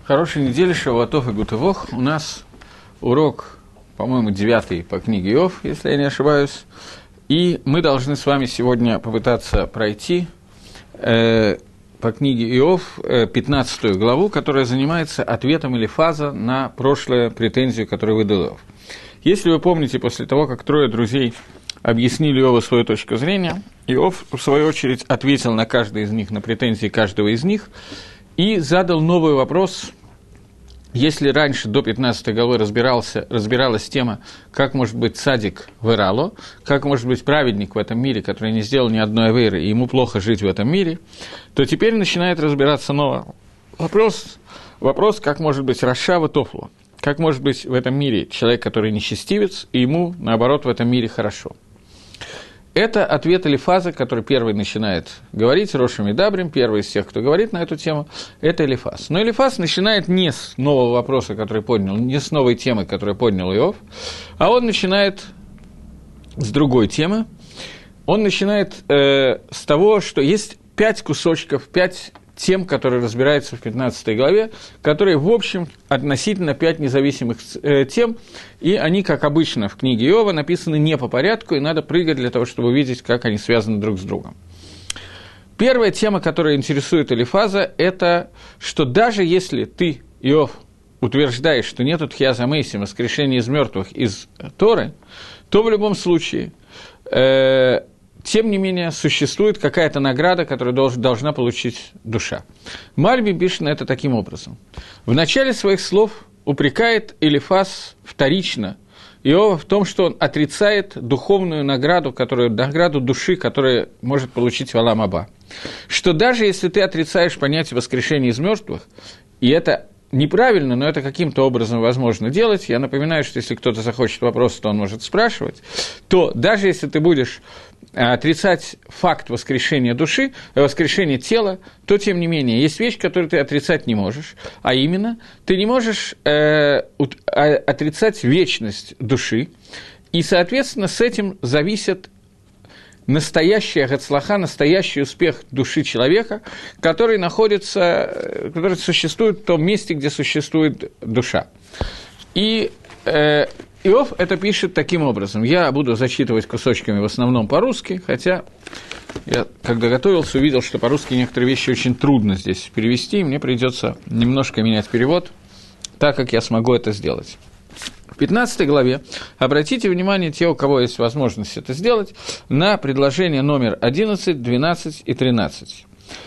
Хорошей недели, Шавуатов и Гутывох. У нас урок, по-моему, 9 по книге Иов, если я не ошибаюсь. И мы должны с вами сегодня попытаться пройти по книге Иов 15 главу, которая занимается ответом Элифаза на прошлую претензию, которую выдал Иов. Если вы помните, после того, как трое друзей объяснили Иову свою точку зрения, Иов, в свою очередь, ответил на каждый из них, на претензии каждого из них, и задал новый вопрос. Если раньше, до 15 главы, разбиралась тема, как может быть цадик в Ирало, как может быть праведник в этом мире, который не сделал ни одной авейры, и ему плохо жить в этом мире, то теперь начинает разбираться новый вопрос, как может быть Рашава Тофлу, как может быть в этом мире человек, который нечестивец, и ему, наоборот, в этом мире хорошо. Это ответ Элифаза, который первый начинает говорить, Рошем и Дабрим, первый из тех, кто говорит на эту тему, это Элифаз. Но Элифаз начинает не с нового вопроса, который поднял, не с новой темы, которую поднял Иов, а он начинает с другой темы. Он начинает с того, что есть 5 кусочков, 5 тем, которые разбираются в 15 главе, которые, в общем, относительно 5 независимых тем, и они, как обычно в книге Иова, написаны не по порядку, и надо прыгать для того, чтобы увидеть, как они связаны друг с другом. Первая тема, которая интересует Элифаза, это, что даже если ты, Иов, утверждаешь, что нету тхьяза мейсим, воскрешения из мертвых из Торы, то в любом случае тем не менее, существует какая-то награда, которую должна получить душа. Мальби пишет на это таким образом. В начале своих слов упрекает Элифаз вторично Иова в том, что он отрицает духовную награду, награду души, которую может получить Валам Аба. Что даже если ты отрицаешь понятие воскрешения из мертвых, и это неправильно, но это каким-то образом возможно делать. Я напоминаю, что если кто-то захочет вопрос, то он может спрашивать. То даже если ты будешь отрицать факт воскрешения души, воскрешения тела, то, тем не менее, есть вещь, которую ты отрицать не можешь. А именно, ты не можешь отрицать вечность души. И, соответственно, с этим зависит настоящая гацлаха, настоящий успех души человека, который существует в том месте, где существует душа. И Иов это пишет таким образом. Я буду зачитывать кусочками в основном по-русски, хотя я, когда готовился, увидел, что по-русски некоторые вещи очень трудно здесь перевести, и мне придется немножко менять перевод, так как я смогу это сделать. В 15 главе обратите внимание, те, у кого есть возможность это сделать, на предложение номер 11, 12 и 13.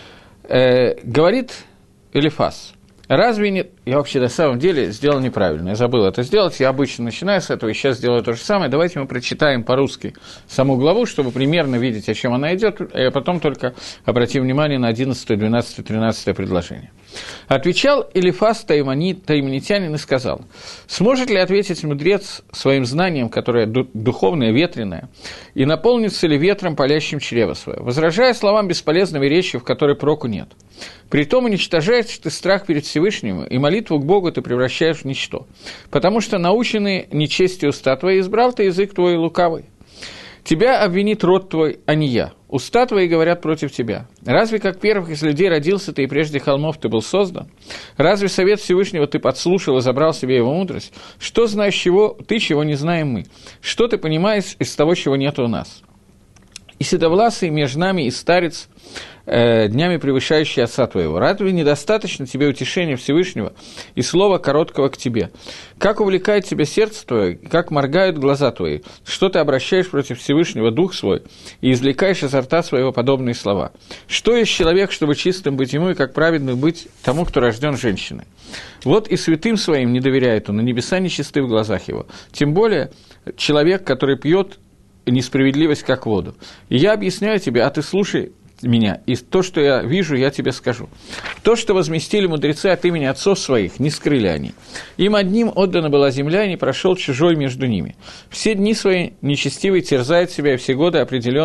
Говорит Элифаз. Разве нет? Я вообще на самом деле сделал неправильно, я забыл это сделать, я обычно начинаю с этого и сейчас делаю то же самое. Давайте мы прочитаем по-русски саму главу, чтобы примерно видеть, о чем она идет, а потом только обратим внимание на 11, 12, 13 предложение. Отвечал Элифаз таиманитянин и сказал: «Сможет ли ответить мудрец своим знанием, которое духовное, ветреное, и наполнится ли ветром, палящим чрево свое, возражая словам бесполезными речью, в которой проку нет? Притом уничтожаешь ты страх перед Всевышним, и молитву к Богу ты превращаешь в ничто, потому что наученный нечестью уста твои избрал ты язык твой лукавый. Тебя обвинит род твой, а не я. Уста твои говорят против тебя. Разве как первых из людей родился ты, и прежде холмов ты был создан? Разве совет Всевышнего ты подслушал и забрал себе его мудрость? Что знаешь ты, чего не знаем мы? Что ты понимаешь из того, чего нет у нас? И седовласый между нами и старец, днями превышающий отца твоего. Разве недостаточно тебе утешения Всевышнего и слова короткого к тебе? Как увлекает тебя сердце твое, как моргают глаза твои, что ты обращаешь против Всевышнего дух свой и извлекаешь изо рта своего подобные слова? Что есть человек, чтобы чистым быть ему, и как праведным быть тому, кто рожден женщиной? Вот и святым своим не доверяет он, и небеса нечисты в глазах его. Тем более человек, который пьет несправедливость, как воду. И я объясняю тебе, а ты слушай меня, и то, что я вижу, я тебе скажу. То, что возместили мудрецы от имени отцов своих, не скрыли они. Им одним отдана была земля, и не прошел чужой между ними. Все дни свои нечестивый терзает себя, и все годы, определенные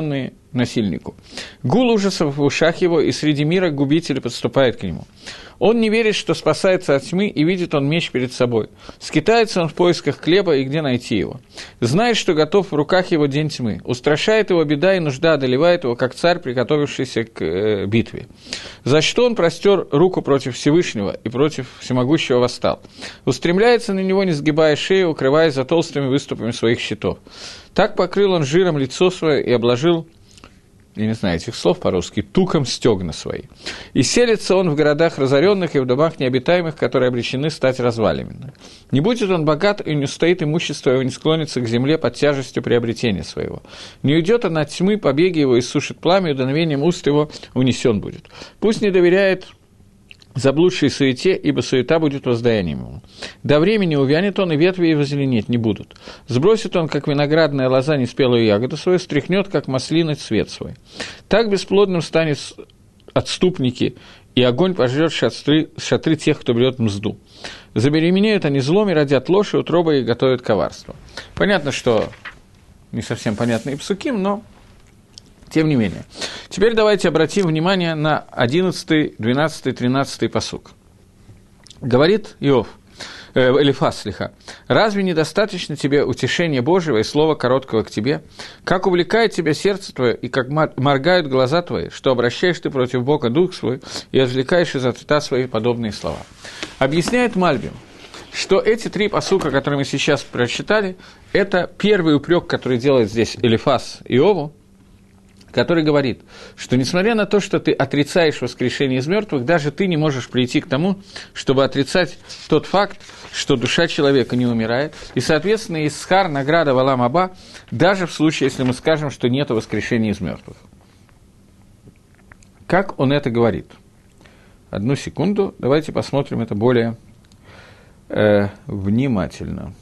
насильнику. Гул ужасов в ушах его, и среди мира губитель подступает к нему. Он не верит, что спасается от тьмы, и видит он меч перед собой. Скитается он в поисках хлеба, и где найти его. Знает, что готов в руках его день тьмы. Устрашает его беда, и нужда одолевает его, как царь, приготовившийся к битве. За что он простер руку против Всевышнего и против Всемогущего восстал. Устремляется на него, не сгибая шею, укрываясь за толстыми выступами своих щитов. Так покрыл он жиром лицо свое и обложил, я не знаю этих слов по-русски, туком стёгна свои. И селится он в городах разоренных и в домах необитаемых, которые обречены стать развалинами. Не будет он богат, и не устоит имущество его, не склонится к земле под тяжестью приобретения своего. Не уйдет он от тьмы, побеги его иссушит пламя, и дуновением уст его унесен будет. Пусть не доверяет заблудшей суете, ибо суета будет воздаянием ему. До времени увянет он, и ветви его зеленеть не будут. Сбросит он, как виноградная лоза, неспелую ягоду свою, стряхнет, как маслины, цвет свой. Так бесплодным станет отступники, и огонь пожрет шатры тех, кто берет мзду. Забеременеют они злом и родят ложь, и утроба их готовят коварство. Понятно, что не совсем понятные псуким, но тем не менее. Теперь давайте обратим внимание на 11, 12, 13 пасук. Говорит Иов, Элифаз, «Разве недостаточно тебе утешения Божьего и слова короткого к тебе? Как увлекает тебя сердце твое, и как моргают глаза твои, что обращаешь ты против Бога дух свой, и отвлекаешь из рта свои подобные слова». Объясняет Мальбим, что эти три пасука, которые мы сейчас прочитали, это первый упрек, который делает здесь Элифаз Иову, который говорит, что несмотря на то, что ты отрицаешь воскрешение из мертвых, даже ты не можешь прийти к тому, чтобы отрицать тот факт, что душа человека не умирает, и, соответственно, Исхар, награда в Олам Аба, даже в случае, если мы скажем, что нет воскрешения из мертвых. Как он это говорит? Одну секунду, давайте посмотрим это более внимательно.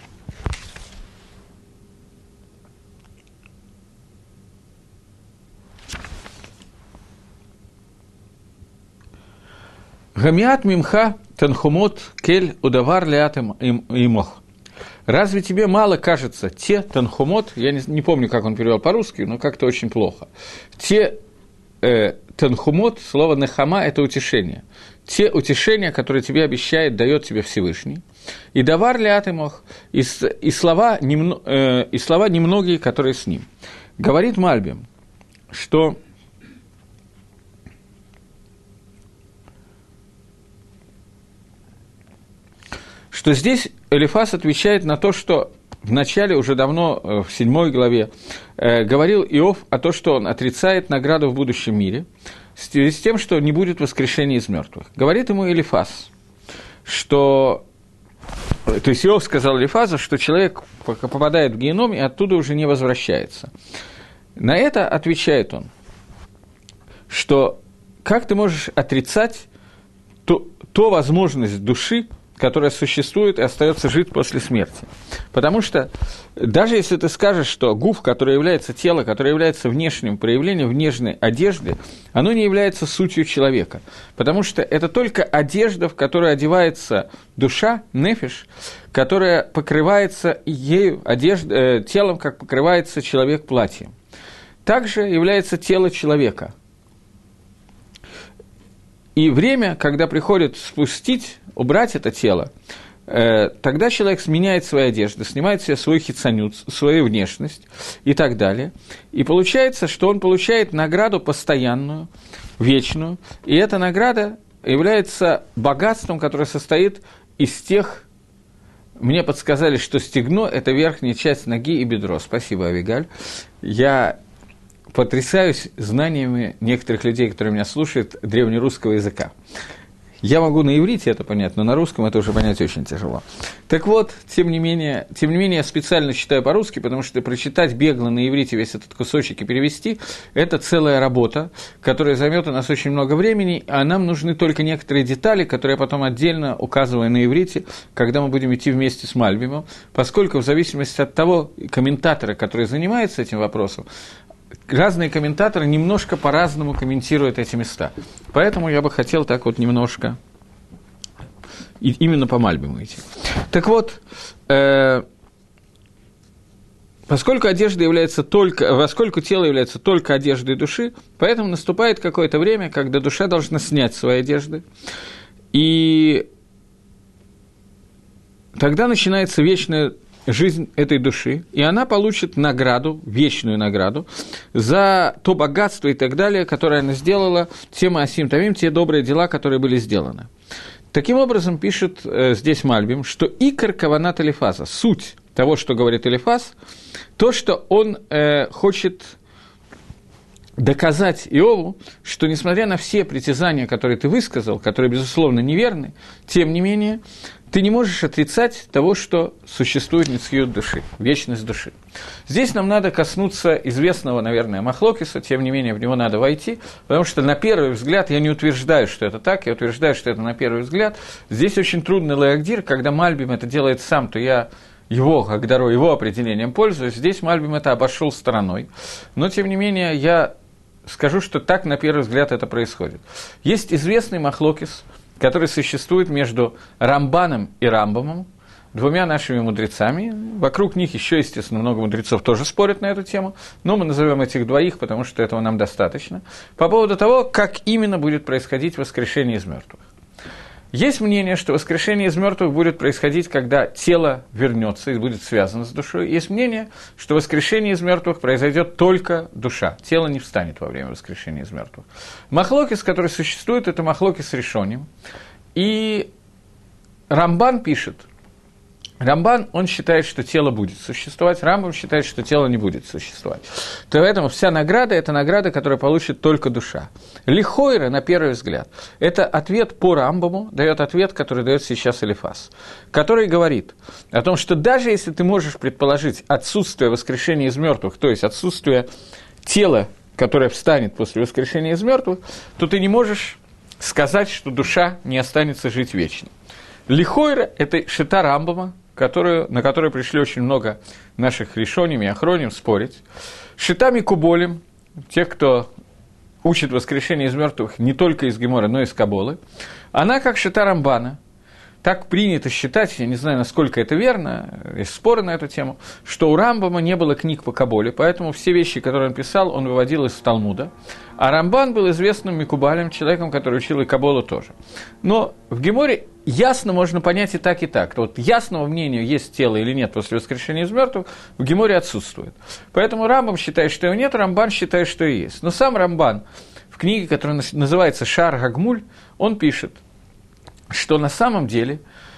Гамиат мимха танхумот кель удавар леатем имох. Разве тебе мало кажется те танхумот, я не помню, как он перевел по-русски, но как-то очень плохо, те танхумот, слово нехама – это утешение, те утешения, которые тебе обещает, дает тебе Всевышний, и давар леатем имох, и слова немногие, которые с ним. Говорит Мальбим, что здесь Элифаз отвечает на то, что в начале, уже давно, в 7 главе, говорил Иов о том, что он отрицает награду в будущем мире, в связи с тем, что не будет воскрешения из мертвых. Говорит ему Элифаз, что... То есть Иов сказал Элифазу, что человек попадает в геном и оттуда уже не возвращается. На это отвечает он, что как ты можешь отрицать ту возможность души, которая существует и остается жить после смерти. Потому что даже если ты скажешь, что гуф, который является тело, которое является внешним проявлением, внешней одежды, оно не является сутью человека. Потому что это только одежда, в которую одевается душа, нефиш, которая покрывается ею, телом, как покрывается человек платьем. Также является тело человека. И время, когда приходит убрать это тело, тогда человек сменяет свои одежды, снимает себе свой хицанют, свою внешность и так далее. И получается, что он получает награду постоянную, вечную, и эта награда является богатством, которое состоит из тех... Мне подсказали, что стегно – это верхняя часть ноги и бедро. Спасибо, Авигаль. Я потрясаюсь знаниями некоторых людей, которые меня слушают, древнерусского языка. Я могу на иврите это понять, но на русском это уже понять очень тяжело. Так вот, тем не менее, я специально читаю по-русски, потому что прочитать бегло на иврите весь этот кусочек и перевести – это целая работа, которая займет у нас очень много времени, а нам нужны только некоторые детали, которые я потом отдельно указываю на иврите, когда мы будем идти вместе с Мальбимом, поскольку в зависимости от того комментатора, который занимается этим вопросом, разные комментаторы немножко по-разному комментируют эти места. Поэтому я бы хотел так вот немножко именно по Мальбиму идти. Так вот, поскольку тело является только одеждой души, поэтому наступает какое-то время, когда душа должна снять свои одежды, и тогда начинается вечная жизнь этой души, и она получит награду, вечную награду, за то богатство и так далее, которое она сделала, те маасим тамим, те добрые дела, которые были сделаны. Таким образом, пишет здесь Мальбим, что икор каванат Элифаза, суть того, что говорит Элифаз, то, что он хочет доказать Иову, что, несмотря на все притязания, которые ты высказал, которые, безусловно, неверны, тем не менее, ты не можешь отрицать того, что существует нецхиют души, вечность души. Здесь нам надо коснуться известного, наверное, Махлокиса, тем не менее, в него надо войти, потому что на первый взгляд, я не утверждаю, что это так, я утверждаю, что это на первый взгляд. Здесь очень трудный леагдир, когда Мальбим это делает сам, то я его, Агдару, его определением пользуюсь. Здесь Мальбим это обошел стороной, но, тем не менее, я скажу, что так, на первый взгляд, это происходит. Есть известный Махлокис, который существует между Рамбаном и Рамбамом, двумя нашими мудрецами. Вокруг них еще, естественно, много мудрецов тоже спорят на эту тему, но мы назовем этих двоих, потому что этого нам достаточно, по поводу того, как именно будет происходить воскрешение из мертвых. Есть мнение, что воскрешение из мертвых будет происходить, когда тело вернется и будет связано с душой. Есть мнение, что воскрешение из мертвых произойдет только душа. Тело не встанет во время воскрешения из мертвых. Махлокис, который существует, это Махлокис Ришоним. И Рамбан пишет, Рамбан, он считает, что тело будет существовать, Рамбам считает, что тело не будет существовать. Поэтому вся награда – это награда, которую получит только душа. Лихойра, на первый взгляд, это ответ по Рамбаму, дает ответ, который дает сейчас Элифаз, который говорит о том, что даже если ты можешь предположить отсутствие воскрешения из мертвых, то есть отсутствие тела, которое встанет после воскрешения из мертвых, то ты не можешь сказать, что душа не останется жить вечно. Лихойра – это шита Рамбама, на которую пришли очень много наших решоним и охроним спорить. Шитами Куболем, тех, кто учит воскрешение из мертвых не только из Гемора, но и из Каболы, она как шита Рамбана. Так принято считать, я не знаю, насколько это верно, есть споры на эту тему, что у Рамбама не было книг по Каболе, поэтому все вещи, которые он писал, он выводил из Талмуда. А Рамбан был известным Микубалем, человеком, который учил и Каболу тоже. Но в Геморе ясно можно понять и так, и так. Вот ясного мнения, есть тело или нет после воскрешения из мертвых, в Геморе отсутствует. Поэтому Рамбам считает, что его нет, Рамбан считает, что и есть. Но сам Рамбан в книге, которая называется «Шар Гагмуль», он пишет, что на самом деле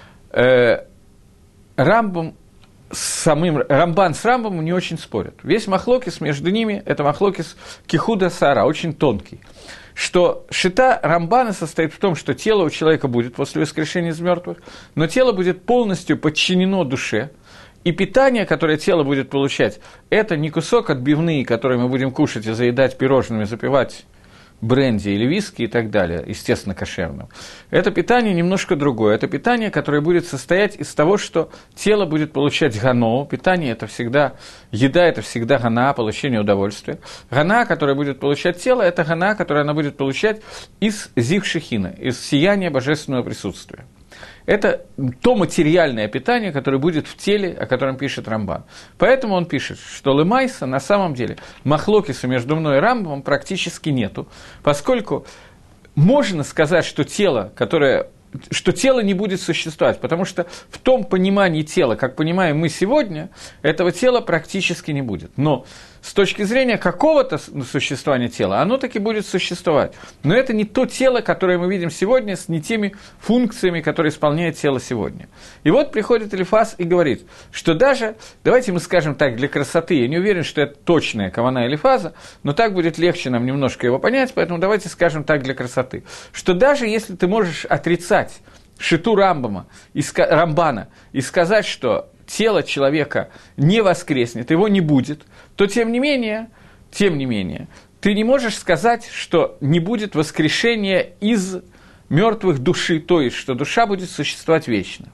Рамбан с Рамбамом не очень спорят. Весь махлокис между ними – это махлокис кихуда сара, очень тонкий. Что шита Рамбана состоит в том, что тело у человека будет после воскрешения из мертвых, но тело будет полностью подчинено душе, и питание, которое тело будет получать, это не кусок отбивные, который мы будем кушать и заедать пирожными, запивать бренди или виски и так далее, естественно, кошерным. Это питание немножко другое. Это питание, которое будет состоять из того, что тело будет получать гано. Питание – это всегда, еда – это всегда гана, получение удовольствия. Гана, которое будет получать тело, это гана, которое оно будет получать из зив шехина, из сияния божественного присутствия. Это то материальное питание, которое будет в теле, о котором пишет Рамбан. Поэтому он пишет, что лемайса на самом деле махлокиса между мной и Рамбамом практически нету, поскольку можно сказать, что тело не будет существовать, потому что в том понимании тела, как понимаем мы сегодня, этого тела практически не будет. Но с точки зрения какого-то существования тела, оно таки будет существовать. Но это не то тело, которое мы видим сегодня, с не теми функциями, которые исполняет тело сегодня. И вот приходит Элифаз и говорит, что даже, давайте мы скажем так, для красоты, я не уверен, что это точная кавана Элифаза, но так будет легче нам немножко его понять, поэтому давайте скажем так для красоты, что даже если ты можешь отрицать шиту Рамбана и сказать, что тело человека не воскреснет, его не будет, то тем не менее, ты не можешь сказать, что не будет воскрешения из мертвых души, то есть, что душа будет существовать вечно.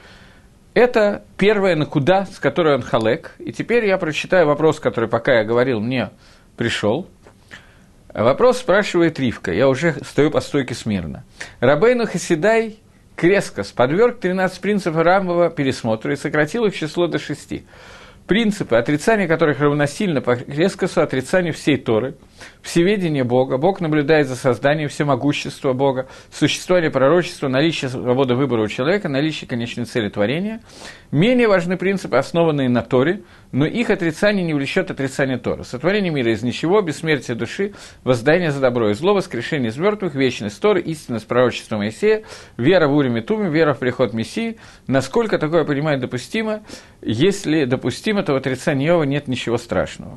Это первая накуда, с которой он халек. И теперь я прочитаю вопрос, который, пока я говорил, мне пришел. Вопрос спрашивает Ривка, я уже стою по стойке смирно. Рабейну Хасидай Крескос подверг 13 принципов Рамбова пересмотру и сократил их число до 6. принципы, отрицание которых равносильно по Крескосу отрицанию всей Торы, всеведение Бога, Бог наблюдает за созданием, всемогущества Бога, существование пророчества, наличие свободы выбора у человека, наличие конечной цели творения. Менее важны принципы, основанные на Торе, но их отрицание не влечет отрицание Торы. Сотворение мира из ничего, бессмертие души, воздаяние за добро и зло, воскрешение из мертвых, вечность Торы, истинность пророчества Моисея, вера в Урим и Тумим, вера в приход Мессии. Насколько такое понимать допустимо? Если допустимо, то в отрицании Иова нет ничего страшного.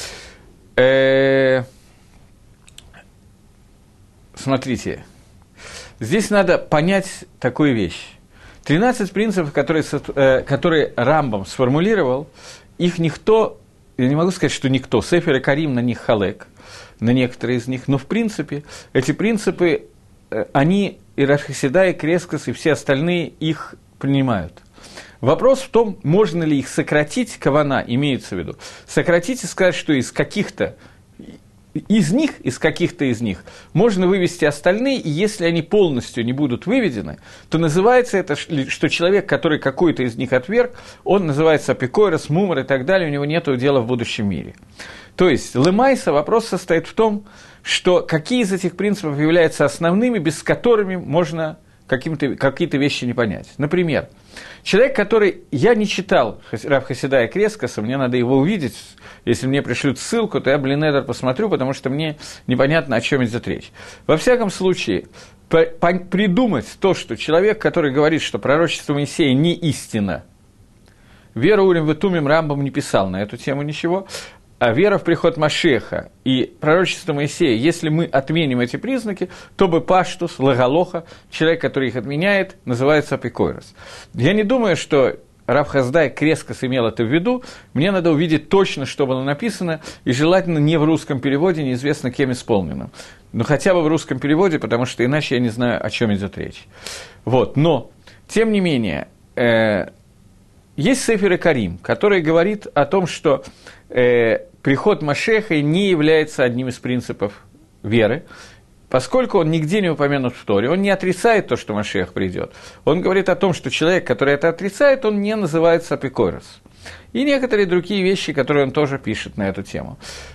Смотрите, здесь надо понять такую вещь. 13 принципов, которые Рамбам сформулировал, их никто, я не могу сказать, что никто, Сефер и Карим на них халек, на некоторые из них, но в принципе эти принципы, они, и Рав Хасида, и Крескос, и все остальные их принимают. Вопрос в том, можно ли их сократить, кавана имеется в виду, сократить и сказать, что из каких-то из них можно вывести остальные, и если они полностью не будут выведены, то называется это, что человек, который какой-то из них отверг, он называется апикойрос, мумор и так далее, у него нет дела в будущем мире. То есть, лемайса вопрос состоит в том, что какие из этих принципов являются основными, без которыми можно какие-то вещи не понять. Например, человек, который... Я не читал Рав Хасида и Крескоса, мне надо его увидеть. Если мне пришлют ссылку, то я Блинедер посмотрю, потому что мне непонятно, о чем идет речь. Во всяком случае, придумать то, что человек, который говорит, что пророчество Моисея не истина, вера Урим и Тумим, Рамбам не писал на эту тему ничего, а вера в приход Машеха и пророчество Моисея, если мы отменим эти признаки, то бы паштус, лагалоха, человек, который их отменяет, называется апикойрос. Я не думаю, что Рав Хасдай Крескос имел это в виду, мне надо увидеть точно, что было написано, и желательно не в русском переводе, неизвестно кем исполненным. Но хотя бы в русском переводе, потому что иначе я не знаю, о чем идет речь. Вот. Но, тем не менее, есть Сефер и Карим, который говорит о том, что приход Машеха не является одним из принципов веры, поскольку он нигде не упомянут в Торе, он не отрицает то, что Машех придет. Он говорит о том, что человек, который это отрицает, он не называется апикойрос. И некоторые другие вещи, которые он тоже пишет на эту тему.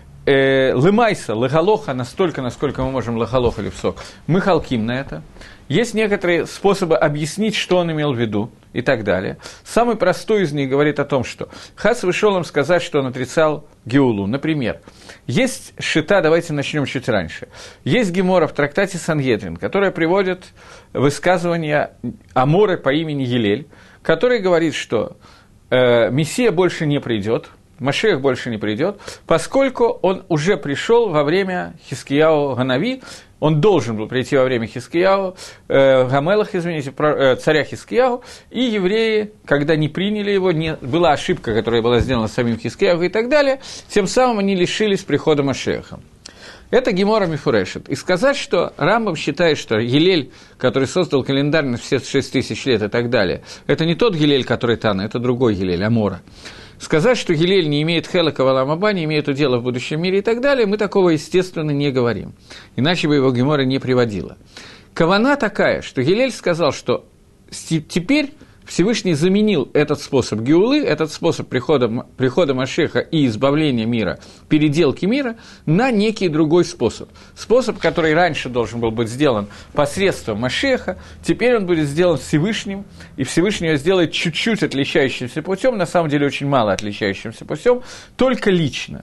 Лымайса, лагалоха, настолько, насколько мы можем лагалоха или псок, мы халким на это. Есть некоторые способы объяснить, что он имел в виду, и так далее. Самый простой из них говорит о том, что Хас вышел им сказать, что он отрицал Геулу. Например, есть шита, давайте начнем чуть раньше. Есть гемора в трактате Сангедрин, которая приводит высказывание Аморы по имени Елель, который говорит, что Мессия больше не придет, Машех больше не придет, поскольку он уже пришел во время Хискияу Ганави, он должен был прийти во время Хискияу, Гамелах, извините, царя Хискияу, и евреи, когда не приняли его, была ошибка, которая была сделана самим Хискияу и так далее, тем самым они лишились прихода Машеха. Это Гемора Мифурешет. И сказать, что Рамбам считает, что Гилель, который создал календарь на все 6 тысяч лет и так далее, это не тот Гилель, который Тана, это другой Гилель, Амора. Сказать, что Гилель не имеет хелака в Олам Аба, не имеет удела в будущем мире и так далее, мы такого, естественно, не говорим. Иначе бы его Гемора не приводила. Кавана такая, что Гилель сказал, что теперь Всевышний заменил этот способ Геулы, этот способ прихода Машеха и избавления мира, переделки мира, на некий другой способ. Способ, который раньше должен был быть сделан посредством Машеха, теперь он будет сделан Всевышним, и Всевышний его сделает чуть-чуть отличающимся путем, на самом деле очень мало отличающимся путем, только лично.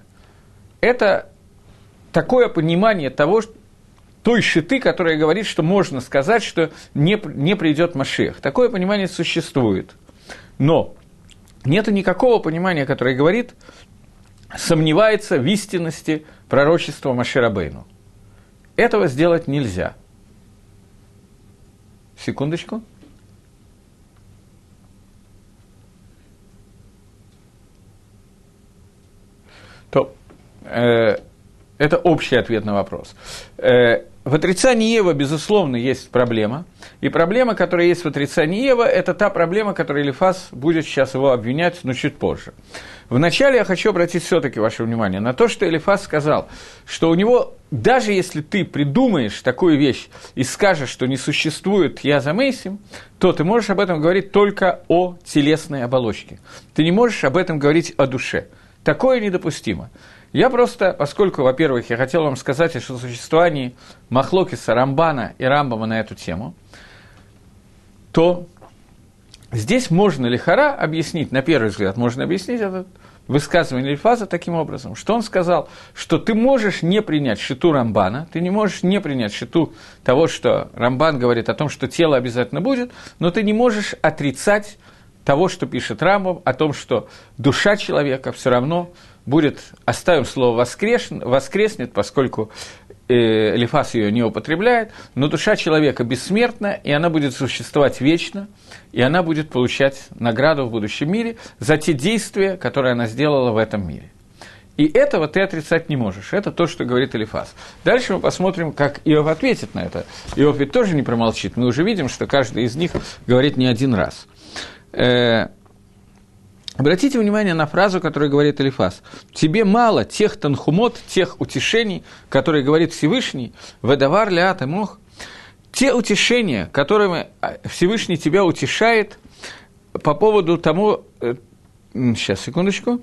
Это такое понимание того, той шиты, которая говорит, что можно сказать, что не придет Машех. Такое понимание существует. Но нет никакого понимания, которое говорит, сомневается в истинности пророчества Моше Рабейну. Этого сделать нельзя. Секундочку. Это общий ответ на вопрос. в отрицании Ева, безусловно, есть проблема. И проблема, которая есть в отрицании Ева, это та проблема, которой Элифаз будет сейчас его обвинять, но чуть позже. Вначале я хочу обратить все-таки ваше внимание на то, что Элифаз сказал, что у него, даже если ты придумаешь такую вещь и скажешь, что не существует Яза Мейсим, то ты можешь об этом говорить только о телесной оболочке. Ты не можешь об этом говорить о душе. Такое недопустимо. Я просто, поскольку, во-первых, я хотел вам сказать о существовании Махлокиса, Рамбана и Рамбама на эту тему, то здесь можно лихара объяснить, на первый взгляд, можно объяснить это высказывание Элифаза таким образом, что он сказал, что ты можешь не принять шиту Рамбана, ты не можешь не принять шиту того, что Рамбан говорит о том, что тело обязательно будет, но ты не можешь отрицать того, что пишет Рамбам, о том, что душа человека все равно будет, оставим слово воскреснет, поскольку Элифаз ее не употребляет, но душа человека бессмертна, и она будет существовать вечно, и она будет получать награду в будущем мире за те действия, которые она сделала в этом мире. И этого ты отрицать не можешь. Это то, что говорит Элифаз. Дальше мы посмотрим, как Иов ответит на это. Иов ведь тоже не промолчит. Мы уже видим, что каждый из них говорит не один раз. Обратите внимание на фразу, которую говорит Элифаз. «Тебе мало тех танхумот, тех утешений, которые говорит Всевышний, «Ведавар леат и мох». Те утешения, которыми Всевышний тебя утешает по поводу тому... Сейчас, секундочку.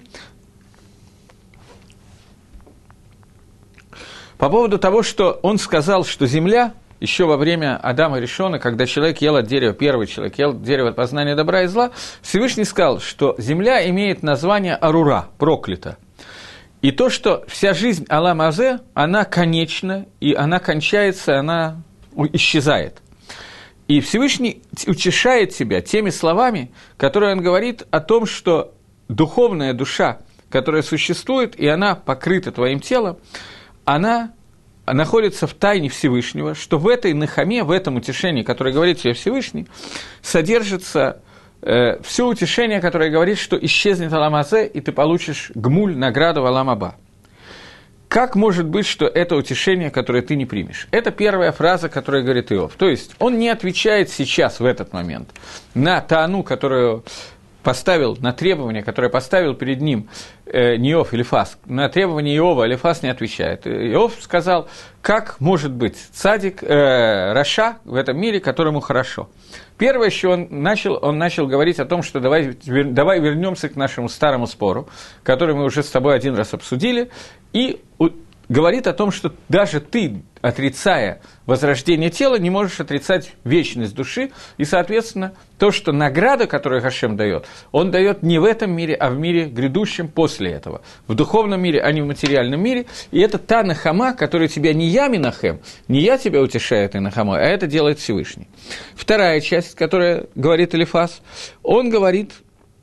По поводу того, что он сказал, что земля... Еще во время Адама и Ришона, когда человек ел от дерева, первый человек ел от дерева познания добра и зла, Всевышний сказал, что земля имеет название Арура, проклята. И то, что вся жизнь Алам Азе, она конечна, и она кончается, она исчезает. И Всевышний утешает тебя теми словами, которые он говорит о том, что духовная душа, которая существует, и она покрыта твоим телом, она находится в тайне Всевышнего, что в этой нахаме, в этом утешении, которое говорит тебе Всевышний, содержится все утешение, которое говорит, что исчезнет Алам Азе, и ты получишь гмуль, награду в Алам Аба. Как может быть, что это утешение, которое ты не примешь? Это первая фраза, которую говорит Иов. То есть он не отвечает сейчас, в этот момент, на таану, которую поставил, на требование, которое поставил перед ним не Иов, Элифаз. На требование Иова Элифаз не отвечает. Иов сказал, как может быть цадик, раша в этом мире, которому хорошо. Первое, что он начал говорить о том, что давай вернемся к нашему старому спору, который мы уже с тобой один раз обсудили, и говорит о том, что даже ты, отрицая возрождение тела, не можешь отрицать вечность души, и, соответственно, то, что награда, которую Хашем дает, он дает не в этом мире, а в мире грядущем после этого. В духовном мире, а не в материальном мире. И это та нахама, которая тебя не я, Минахем, не я тебя утешаю этой нахамой, а это делает Всевышний. Вторая часть, которая говорит Элифаз, он говорит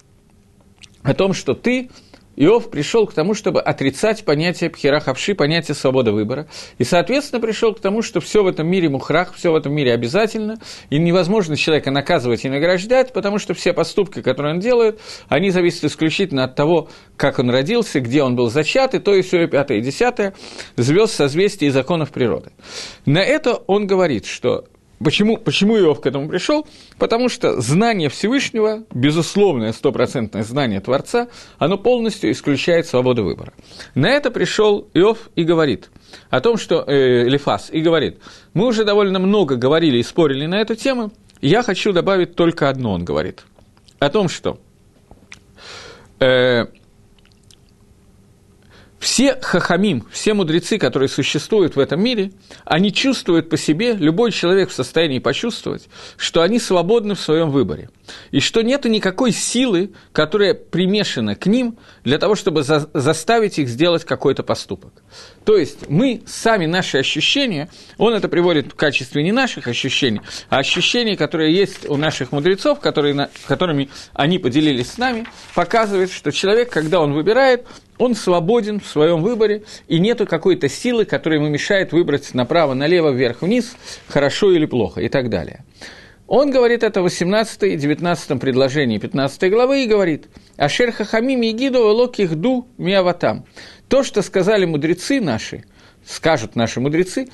о том, что ты... Иов пришел к тому, чтобы отрицать понятие пхира-хавши, понятие свободы выбора, и, соответственно, пришел к тому, что все в этом мире мухрах, все в этом мире обязательно, и невозможно человека наказывать и награждать, потому что все поступки, которые он делает, они зависят исключительно от того, как он родился, где он был зачат, и то, и все, и пятое, и десятое, звезд, созвездий и законов природы. На это он говорит, что... Почему Иов к этому пришел? Потому что знание Всевышнего, безусловное, стопроцентное знание Творца, оно полностью исключает свободу выбора. На это пришел Иов и говорит о том, что Элифаз, и говорит, мы уже довольно много говорили и спорили на эту тему, я хочу добавить только одно, он говорит, о том, что все хахамим, все мудрецы, которые существуют в этом мире, они чувствуют по себе, любой человек в состоянии почувствовать, что они свободны в своем выборе, и что нет никакой силы, которая примешана к ним для того, чтобы заставить их сделать какой-то поступок. То есть мы, сами наши ощущения, он это приводит в качестве не наших ощущений, а ощущений, которые есть у наших мудрецов, которыми они поделились с нами, показывает, что человек, когда он выбирает, он свободен в своем выборе, и нету какой-то силы, которая ему мешает выбрать направо, налево, вверх, вниз, хорошо или плохо, и так далее. Он говорит это в 18 и 19 предложении 15 главы и говорит «Ашер хахамим егиду элок ихду миаватам». То, что сказали мудрецы наши, скажут наши мудрецы,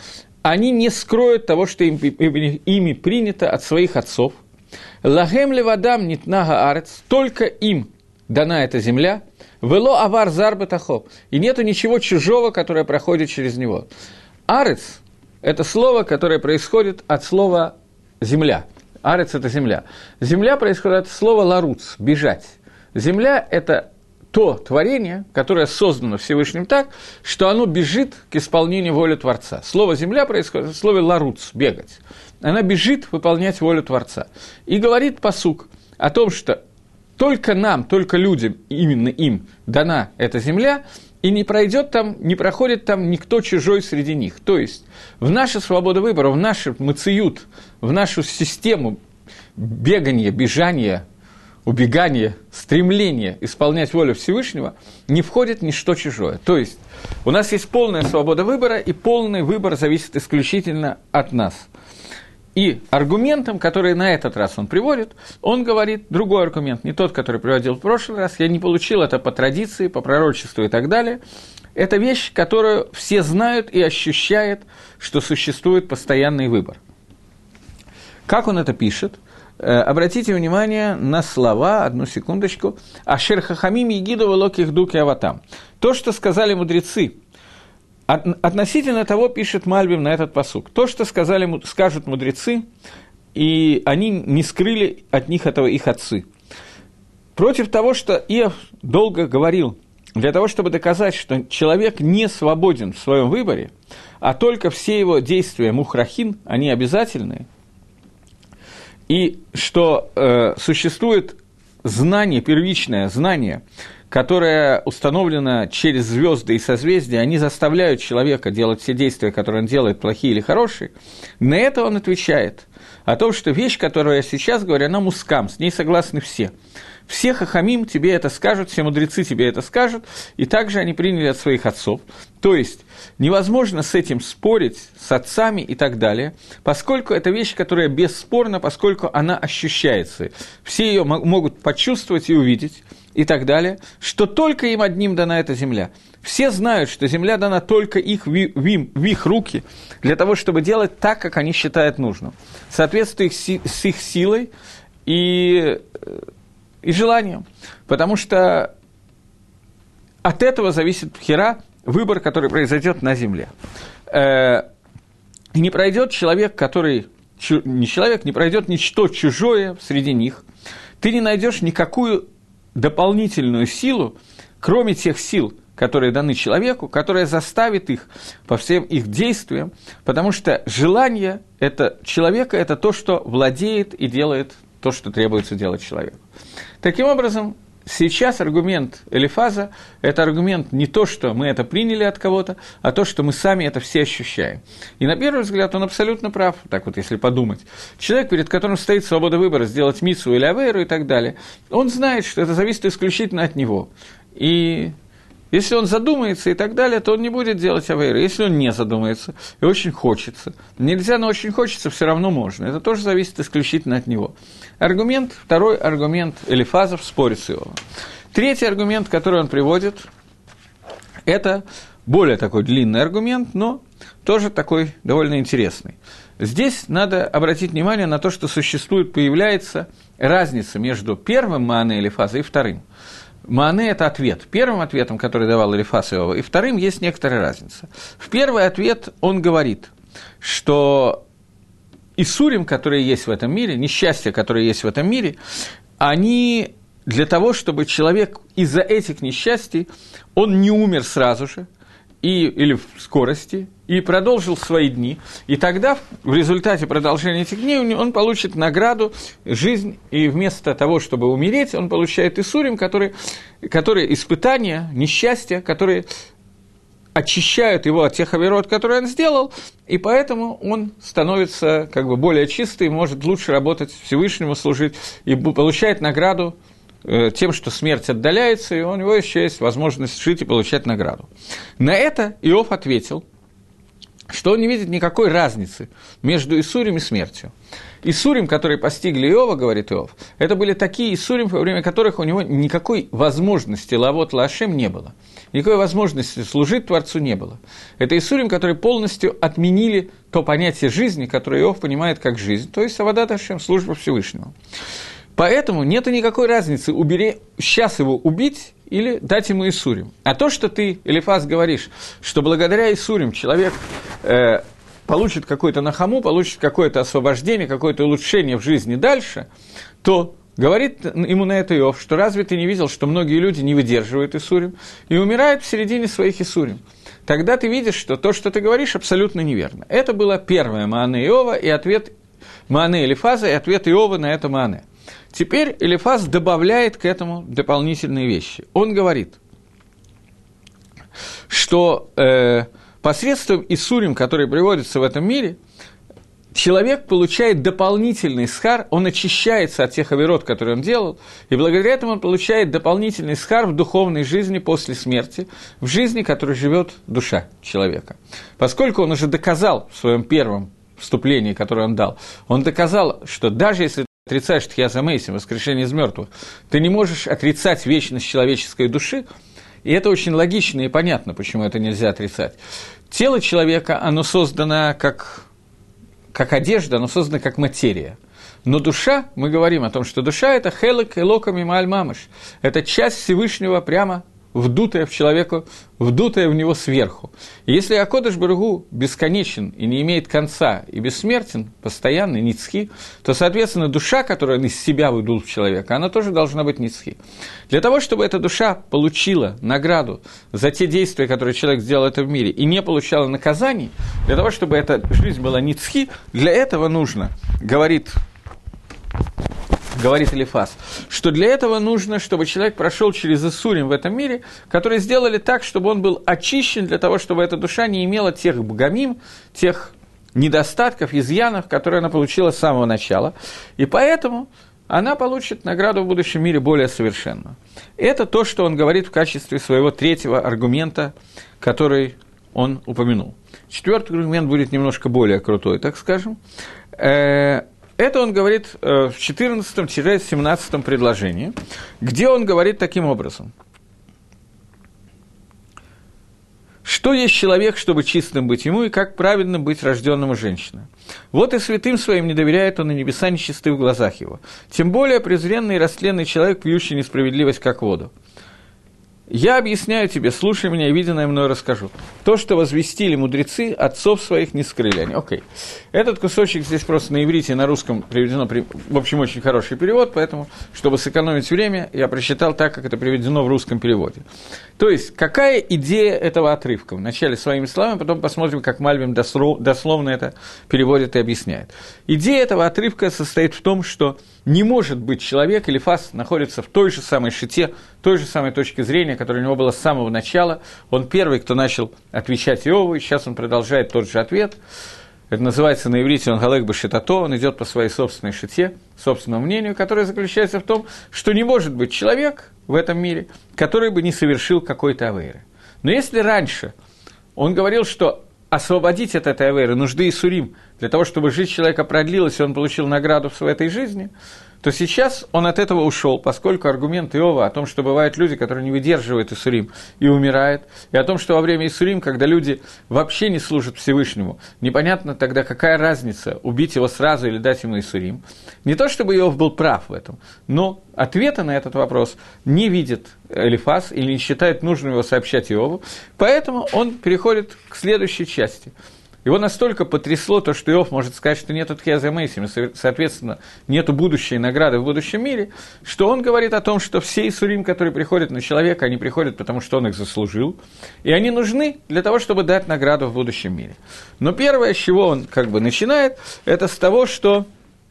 они не скроют того, что ими принято от своих отцов. Лагем левадам нитнага арец, только им дана эта земля, вело авар зар бетахо, и нету ничего чужого, которое проходит через него. Арец – это слово, которое происходит от слова «земля». Арец – это земля. Земля происходит от слова «ларуц» – «бежать». Земля – это то творение, которое создано Всевышним так, что оно бежит к исполнению воли Творца. Слово «земля» происходит от слова «ларуц» – «бегать». Она бежит выполнять волю Творца. И говорит пасук о том, что только нам, только людям, именно им дана эта земля, и не проходит там никто чужой среди них. То есть в нашу свободу выбора, в наш мациют, в нашу систему бегания, бежания, убегания, стремления исполнять волю Всевышнего не входит ничто чужое. То есть у нас есть полная свобода выбора, и полный выбор зависит исключительно от нас. И аргументом, который на этот раз он приводит, он говорит другой аргумент, не тот, который приводил в прошлый раз, я не получил это по традиции, по пророчеству и так далее. Это вещь, которую все знают и ощущают, что существует постоянный выбор. Как он это пишет? Обратите внимание на слова, одну секундочку. «Ашер хахамим егиду велоких дуки аватам». То, что сказали мудрецы, относительно того пишет Мальбим на этот пасук. То, что скажут мудрецы, и они не скрыли от них этого их отцы. Против того, что Иов долго говорил, для того, чтобы доказать, что человек не свободен в своем выборе, а только все его действия мухрахин, они обязательные, и что существует знание, первичное знание, которое установлено через звезды и созвездия, они заставляют человека делать все действия, которые он делает, плохие или хорошие, на это он отвечает о том, что вещь, которую я сейчас говорю, она мускам, с ней согласны все. Все хахамим тебе это скажут, все мудрецы тебе это скажут, и также они приняли от своих отцов. То есть невозможно с этим спорить, с отцами и так далее, поскольку это вещь, которая бесспорна, поскольку она ощущается. Все ее могут почувствовать и увидеть, и так далее, что только им одним дана эта земля. Все знают, что земля дана только их, в их руки, для того, чтобы делать так, как они считают нужным, в соответствии с их силой и желанием. Потому что от этого зависит бхира, выбор, который произойдет на земле. И не пройдет человек, не пройдет ничто чужое среди них. Ты не найдешь никакую дополнительную силу, кроме тех сил, которые даны человеку, которая заставит их по всем их действиям, потому что желание человека – это то, что владеет и делает то, что требуется делать человеку. Таким образом, сейчас аргумент Элифаза – это аргумент не то, что мы это приняли от кого-то, а то, что мы сами это все ощущаем. И на первый взгляд он абсолютно прав, так вот если подумать. Человек, перед которым стоит свобода выбора сделать мицву или авейру и так далее, он знает, что это зависит исключительно от него. И если он задумается и так далее, то он не будет делать авейру. Если он не задумается и очень хочется, нельзя, но очень хочется, все равно можно. Это тоже зависит исключительно от него. Второй аргумент Элифазов спорит с Иовом. Третий аргумент, который он приводит, это более такой длинный аргумент, но тоже такой довольно интересный. Здесь надо обратить внимание на то, что появляется разница между первым Маане Элифаза и вторым. Маане – это ответ. Первым ответом, который давал Элифаз Иова, и вторым есть некоторая разница. В первый ответ он говорит, что иссурим, которые есть в этом мире, несчастья, которые есть в этом мире, они для того, чтобы человек из-за этих несчастий, он не умер сразу же, или в скорости, и продолжил свои дни. И тогда, в результате продолжения этих дней, он получит награду, жизнь, и вместо того, чтобы умереть, он получает иссурим, которые испытания, несчастья, которые очищают его от тех авейрот, которые он сделал, и поэтому он становится более чистый, может лучше работать, Всевышнему служить, и получает награду тем, что смерть отдаляется, и у него еще есть возможность жить и получать награду. На это Иов ответил, что он не видит никакой разницы между Исурим и смертью. Исурим, которые постигли Иова, говорит Иов, это были такие Исурим, во время которых у него никакой возможности лавот лашем не было. Никакой возможности служить Творцу не было. Это Исурим, которые полностью отменили то понятие жизни, которое Иов понимает как жизнь, то есть авадат Ашем, служба Всевышнего. Поэтому нет никакой разницы, сейчас его убить или дать ему Исурим. А то, что ты, Элифаз, говоришь, что благодаря Исурим человек получит какую-то нахаму, получит какое-то освобождение, какое-то улучшение в жизни дальше, то говорит ему на это Иов, что разве ты не видел, что многие люди не выдерживают Исурим и умирают в середине своих Исурим? Тогда ты видишь, что то, что ты говоришь, абсолютно неверно. Это было первое Маане Иова и ответ Маане Элифаза, и ответ Иова на это Маане. Теперь Элифаз добавляет к этому дополнительные вещи. Он говорит, что посредством Исурим, которые приводятся в этом мире, человек получает дополнительный схар, он очищается от тех авирот, которые он делал, и благодаря этому он получает дополнительный схар в духовной жизни после смерти, в жизни, в которой живет душа человека. Поскольку он уже доказал в своем первом вступлении, которое он дал, он доказал, что даже если ты отрицаешь Тхия Мейсим, воскрешение из мертвых, ты не можешь отрицать вечность человеческой души, и это очень логично и понятно, почему это нельзя отрицать. Тело человека, оно создано как одежда, оно создано как материя. Но душа, мы говорим о том, что душа – это хелек элоками мааль мамыш, это часть Всевышнего прямо вдутая в человека, вдутая в него сверху. И если Акодыш Барух бесконечен и не имеет конца, и бессмертен, постоянный, ницхи, то, соответственно, душа, которую он из себя выдул в человека, она тоже должна быть ницхи. Для того, чтобы эта душа получила награду за те действия, которые человек сделал это в мире, и не получала наказаний, для того, чтобы эта жизнь была ницхи, для этого нужно, говорит Элифаз, что для этого нужно, чтобы человек прошел через Исурим в этом мире, которые сделали так, чтобы он был очищен, для того, чтобы эта душа не имела тех бгамим, тех недостатков, изъянов, которые она получила с самого начала. И поэтому она получит награду в будущем мире более совершенную. Это то, что он говорит в качестве своего третьего аргумента, который он упомянул. Четвертый аргумент будет немножко более крутой, так скажем. Это он говорит в 14-17 предложении, где он говорит таким образом. Что есть человек, чтобы чистым быть ему, и как правильно быть рожденному женщиной? Вот и святым своим не доверяет он, и небеса нечисты в глазах его. Тем более презренный и растленный человек, пьющий несправедливость, как воду. Я объясняю тебе, слушай меня, и виденное мною расскажу. То, что возвестили мудрецы, отцов своих не скрыли они. Окей. Этот кусочек здесь просто на иврите и на русском приведено, в общем, очень хороший перевод, поэтому, чтобы сэкономить время, я прочитал так, как это приведено в русском переводе. То есть, какая идея этого отрывка? Вначале своими словами, потом посмотрим, как Мальбим дословно это переводит и объясняет. Идея этого отрывка состоит в том, что не может быть человек, Элифаз находится в той же самой шите, той же самой точке зрения, которая у него была с самого начала. Он первый, кто начал отвечать Иову, и сейчас он продолжает тот же ответ. Это называется на иврите он галек башитато, он идет по своей собственной шите, собственному мнению, которое заключается в том, что не может быть человек в этом мире, который бы не совершил какой-то авейры. Но если раньше он говорил, что освободить от этой авейры нужды Исурим, для того, чтобы жизнь человека продлилась, и он получил награду в этой жизни, то сейчас он от этого ушел, поскольку аргумент Иова о том, что бывают люди, которые не выдерживают Исурим и умирают, и о том, что во время Исурим, когда люди вообще не служат Всевышнему, непонятно тогда, какая разница, убить его сразу или дать ему Исурим. Не то, чтобы Иов был прав в этом, но ответа на этот вопрос не видит Элифаз или не считает нужным его сообщать Иову, поэтому он переходит к следующей части. Его настолько потрясло то, что Иов может сказать, что нету Тхия Мейсим, соответственно, нету будущей награды в будущем мире, что он говорит о том, что все Исурим, которые приходят на человека, они приходят, потому что он их заслужил, и они нужны для того, чтобы дать награду в будущем мире. Но первое, с чего он начинает, это с того, что...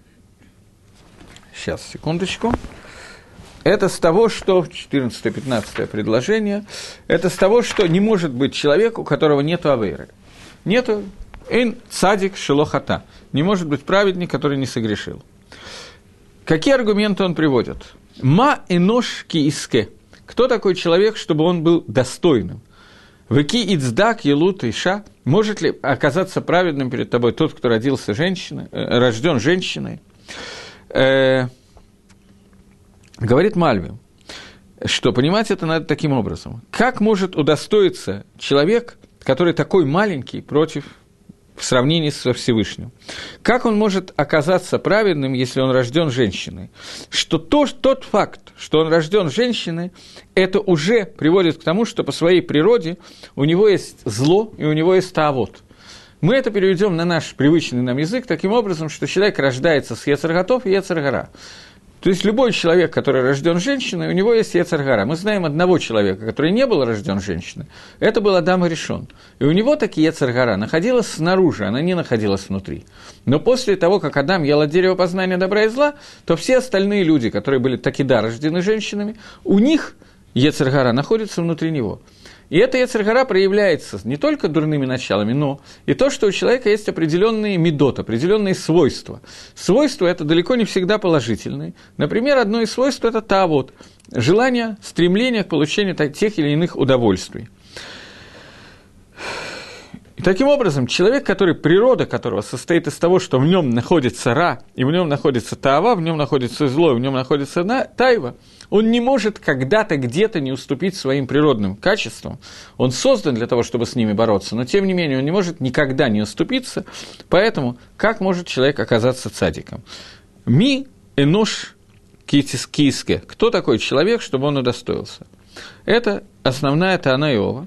Сейчас, секундочку. Это с того, что, 14-15 предложение, это с того, что не может быть человек, у которого нету авейры. Нету «эн цадик шелохата». Не может быть праведник, который не согрешил. Какие аргументы он приводит? «Ма энош ки иске». Кто такой человек, чтобы он был достойным? Веки ицдак елут иша. Может ли оказаться праведным перед тобой тот, кто родился женщиной, рожден женщиной? Говорит Мальбим, что понимать это надо таким образом. Как может удостоиться человек, который такой маленький, в сравнении со Всевышним? Как он может оказаться праведным, если он рожден женщиной? Что тот факт, что он рожден женщиной, это уже приводит к тому, что по своей природе у него есть зло и у него есть таавот. Мы это переведем на наш привычный нам язык таким образом, что человек рождается с Йецер Готов и Йецер Гара. То есть любой человек, который рожден женщиной, у него есть Йецер Гара. Мы знаем одного человека, который не был рожден женщиной, это был Адам Аришон. И у него таки Йецер Гара находилась снаружи, она не находилась внутри. Но после того, как Адам ел от дерева познания добра и зла, то все остальные люди, которые были таки рождены женщинами, у них Йецер Гара находится внутри него. И эта Йецер Гара проявляется не только дурными началами, но и то, что у человека есть определенные медот, определенные свойства. Свойства это далеко не всегда положительные. Например, одно из свойств – это таавот, желание, стремление к получению тех или иных удовольствий. И таким образом, человек, природа которого состоит из того, что в нем находится ра, и в нем находится таава, в нем находится зло, в нем находится тайва, он не может когда-то где-то не уступить своим природным качествам. Он создан для того, чтобы с ними бороться, но тем не менее он не может никогда не уступиться. Поэтому как может человек оказаться цадиком? Ми энош кииске. Кто такой человек, чтобы он удостоился? Это основная таана Иова.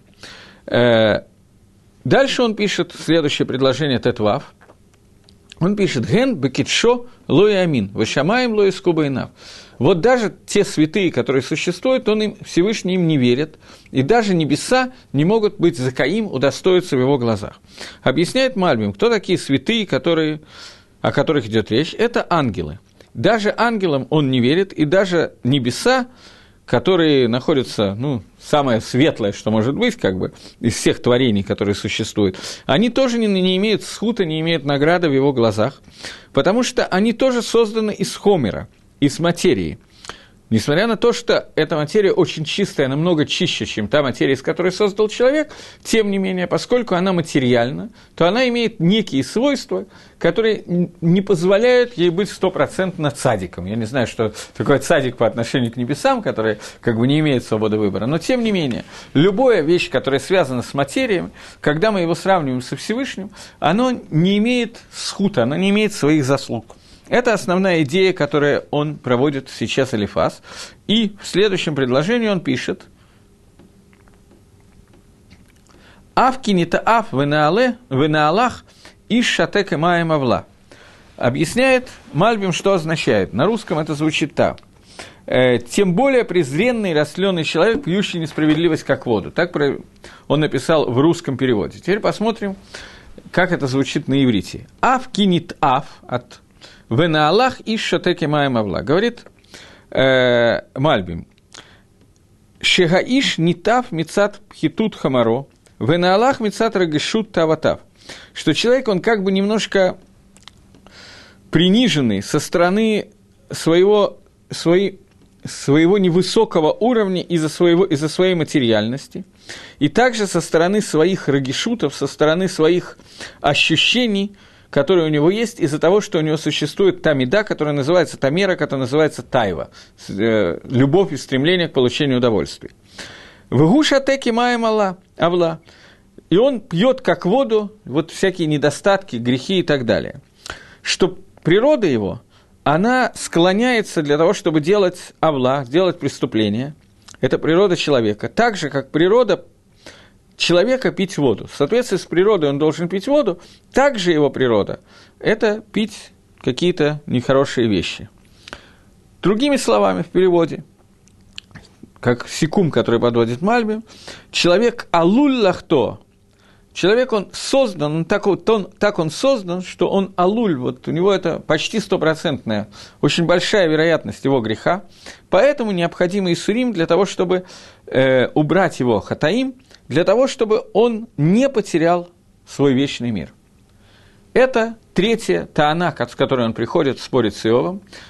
Дальше он пишет следующее предложение Тетвав. Он пишет «Ген бекитшо лой амин, вешамаем лой скубайнав». Вот даже те святые, которые существуют, Всевышний им не верит, и даже небеса не могут быть закаим, удостоиться в его глазах. Объясняет Мальбим, кто такие святые, о которых идет речь, это ангелы. Даже ангелам он не верит, и даже небеса, которые находятся, самое светлое, что может быть, из всех творений, которые существуют, они тоже не имеют схута, не имеют награды в его глазах, потому что они тоже созданы из хомера, из материи. Несмотря на то, что эта материя очень чистая, намного чище, чем та материя, из которой создал человек, тем не менее, поскольку она материальна, то она имеет некие свойства, которые не позволяют ей быть стопроцентно цадиком. Я не знаю, что такое цадик по отношению к небесам, которые не имеют свободы выбора, но тем не менее, любая вещь, которая связана с материей, когда мы его сравниваем со Всевышним, она не имеет схута, она не имеет своих заслуг. Это основная идея, которую он проводит сейчас Элифаз. И в следующем предложении он пишет «Ав кинита ав венаалах иш шатек эмаем авла». Объясняет Мальбим, что означает. На русском это звучит так. «Тем более презренный и растлённый человек, пьющий несправедливость, как воду». Так он написал в русском переводе. Теперь посмотрим, как это звучит на иврите. «Ав кинит ав» от «Венаалах иш шатеки маем авла». Говорит Мальбим. «Шегаиш нитав мицат пхитут хамаро, венаалах мицат рагешут таватав». Что человек, он немножко приниженный со стороны своего невысокого уровня из-за своей материальности, и также со стороны своих рагешутов, со стороны своих ощущений, которые у него есть из-за того, что у него существует та меда, которая называется, та мера, которая называется тайва, любовь и стремление к получению удовольствия. «Вгуша теки маем авла». И он пьет как воду всякие недостатки, грехи и так далее. Что природа его, она склоняется для того, чтобы делать авла, делать преступление. Это природа человека. Так же, как природа человека пить воду. В соответствии с природой он должен пить воду, также его природа – это пить какие-то нехорошие вещи. Другими словами, в переводе, как сикум, который подводит Мальбим, человек алуль лахто, человек, он создан, так он создан, что он алуль, у него это почти стопроцентная, очень большая вероятность его греха, поэтому необходимо иссурим для того, чтобы убрать его хатаим, для того, чтобы он не потерял свой вечный мир. Это третья таана, с которой он приходит спорить с Иовом.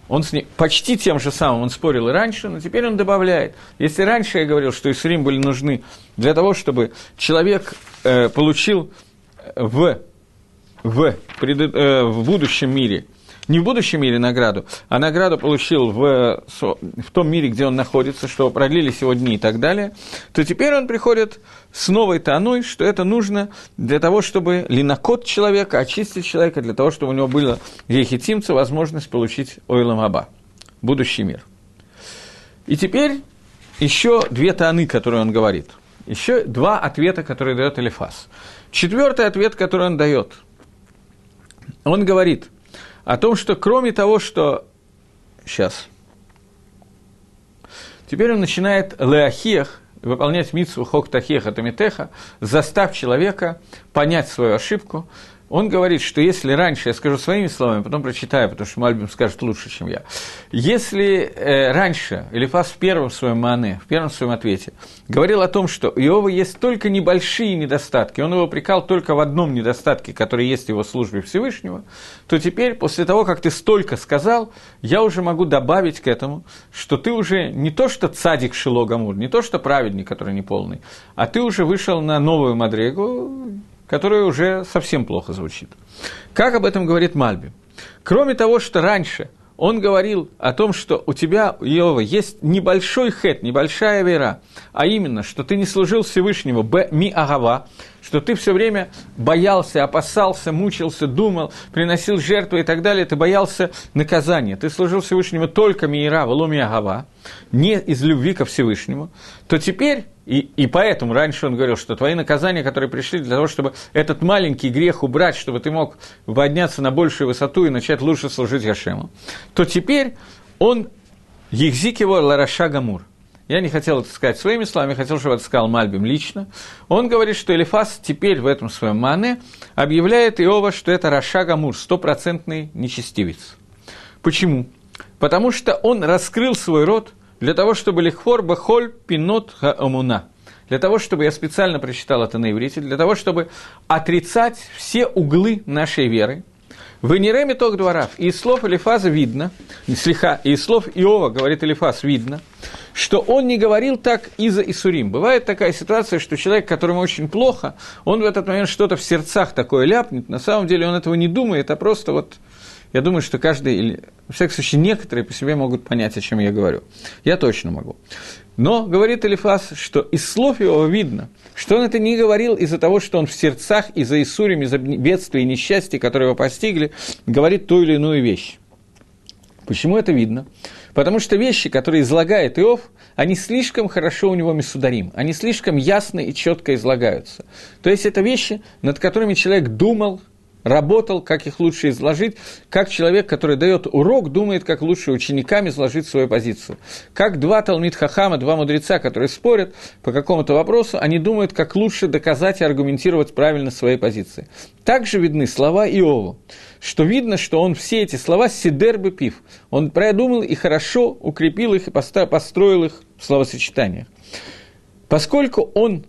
Он с ним, почти тем же самым он спорил и раньше, но теперь он добавляет. Если раньше я говорил, что Исурим были нужны для того, чтобы человек получил в будущем мире, не в будущем мире награду, а награду получил в том мире, где он находится, что продлились его дни и так далее, то теперь он приходит с новой таной, что это нужно для того, чтобы линокот человека, очистить человека, для того, чтобы у него было ехитимца возможность получить ойлам аба, будущий мир. И теперь еще две таны, которые он говорит. Еще два ответа, которые дает Элифаз. Четвертый ответ, который он дает. Он говорит о том, что кроме того, что... Сейчас. Теперь он начинает леахиях, выполнять мицву хок тахеха тамитеха, заставь человека понять свою ошибку. Он говорит, что если раньше, я скажу своими словами, потом прочитаю, потому что Мальбим скажет лучше, чем я. Если раньше Элифаз в первом своем маане, в первом своем ответе, говорил о том, что у Иова есть только небольшие недостатки, он его упрекал только в одном недостатке, который есть в его службе Всевышнего, то теперь, после того, как ты столько сказал, я уже могу добавить к этому, что ты уже не то, что цадик Шило Гамур, не то, что праведник, который неполный, а ты уже вышел на новую мадрегу, которая уже совсем плохо звучит. Как об этом говорит Мальбим? Кроме того, что раньше он говорил о том, что у тебя, Иова, есть небольшой хет, небольшая вера, а именно, что ты не служил Всевышнему ми агава, что ты все время боялся, опасался, мучился, думал, приносил жертвы и так далее, ты боялся наказания, ты служил Всевышнему только миира, воломи агава, не из любви ко Всевышнему, то теперь, и поэтому раньше он говорил, что твои наказания, которые пришли для того, чтобы этот маленький грех убрать, чтобы ты мог подняться на большую высоту и начать лучше служить Гашему, то теперь он ехзик его лараша гамур. Я не хотел это сказать своими словами, я хотел, чтобы это сказал Мальбим лично. Он говорит, что Элифаз теперь в этом своем маане объявляет Иова, что это раша гамур, 100% нечестивец. Почему? Потому что он раскрыл свой рот для того, чтобы лихвор бахоль пинот хаамуна. Для того, чтобы, я специально прочитал это на иврите, для того, чтобы отрицать все углы нашей веры. В Энереме ток дворав. И из слов Элифаза видно, и из слов Иова, говорит Элифаз, видно, что он не говорил так из-за Исурим. Бывает такая ситуация, что человек, которому очень плохо, он в этот момент что-то в сердцах такое ляпнет, на самом деле он этого не думает, а просто вот... Я думаю, что каждый, или, во всяком случае, некоторые по себе могут понять, о чем я говорю. Я точно могу. Но, говорит Элифаз, что из слов его видно, что он это не говорил из-за того, что он в сердцах, из-за Исурим, из-за бедствия и несчастья, которые его постигли, говорит ту или иную вещь. Почему это видно? Потому что вещи, которые излагает Иов, они слишком хорошо у него мисударим, они слишком ясно и четко излагаются. То есть это вещи, над которыми человек думал, работал, как их лучше изложить, как человек, который дает урок, думает, как лучше ученикам изложить свою позицию. Как два талмид хахама, два мудреца, которые спорят по какому-то вопросу, они думают, как лучше доказать и аргументировать правильно свои позиции. Также видны слова Иова, что видно, что он все эти слова сидер бепив, он продумал и хорошо укрепил их и построил их в словосочетаниях. Поскольку он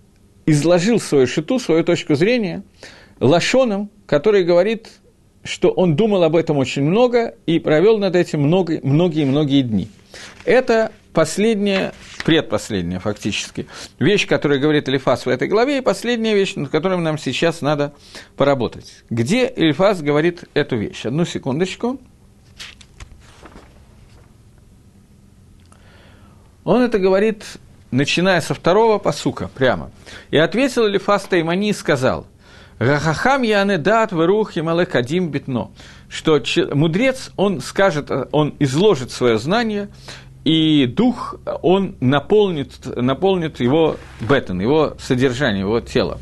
изложил свою шиту, свою точку зрения, лашоном, который говорит, что он думал об этом очень много и провел над этим многие дни. Это последняя, предпоследняя фактически вещь, которую говорит Элифаз в этой главе, и последняя вещь, над которой нам сейчас надо поработать. Где Элифаз говорит эту вещь? Одну секундочку. Он это говорит, начиная со второго пасука, прямо. «И ответил Элифаз Таймани и сказал, «Гахахам яне дат верух ямале кадим битно», что мудрец, он скажет, он изложит свое знание, и дух, он наполнит его бетон, его содержание, его тело.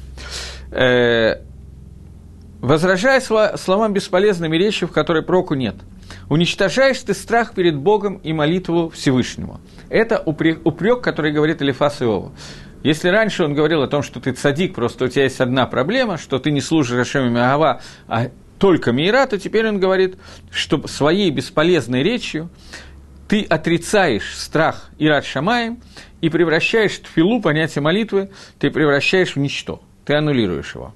Возражая словам бесполезными речью, в которой проку нет, уничтожаешь ты страх перед Богом и молитву Всевышнему. Это упрек, который говорит Элифаз Иову. Если раньше он говорил о том, что ты цадик, просто у тебя есть одна проблема, что ты не служишь Ашему Агава, а только миира, то теперь он говорит, что своей бесполезной речью ты отрицаешь страх Ират Шамаим и превращаешь тфилу, понятие молитвы, ты превращаешь в ничто, ты аннулируешь его.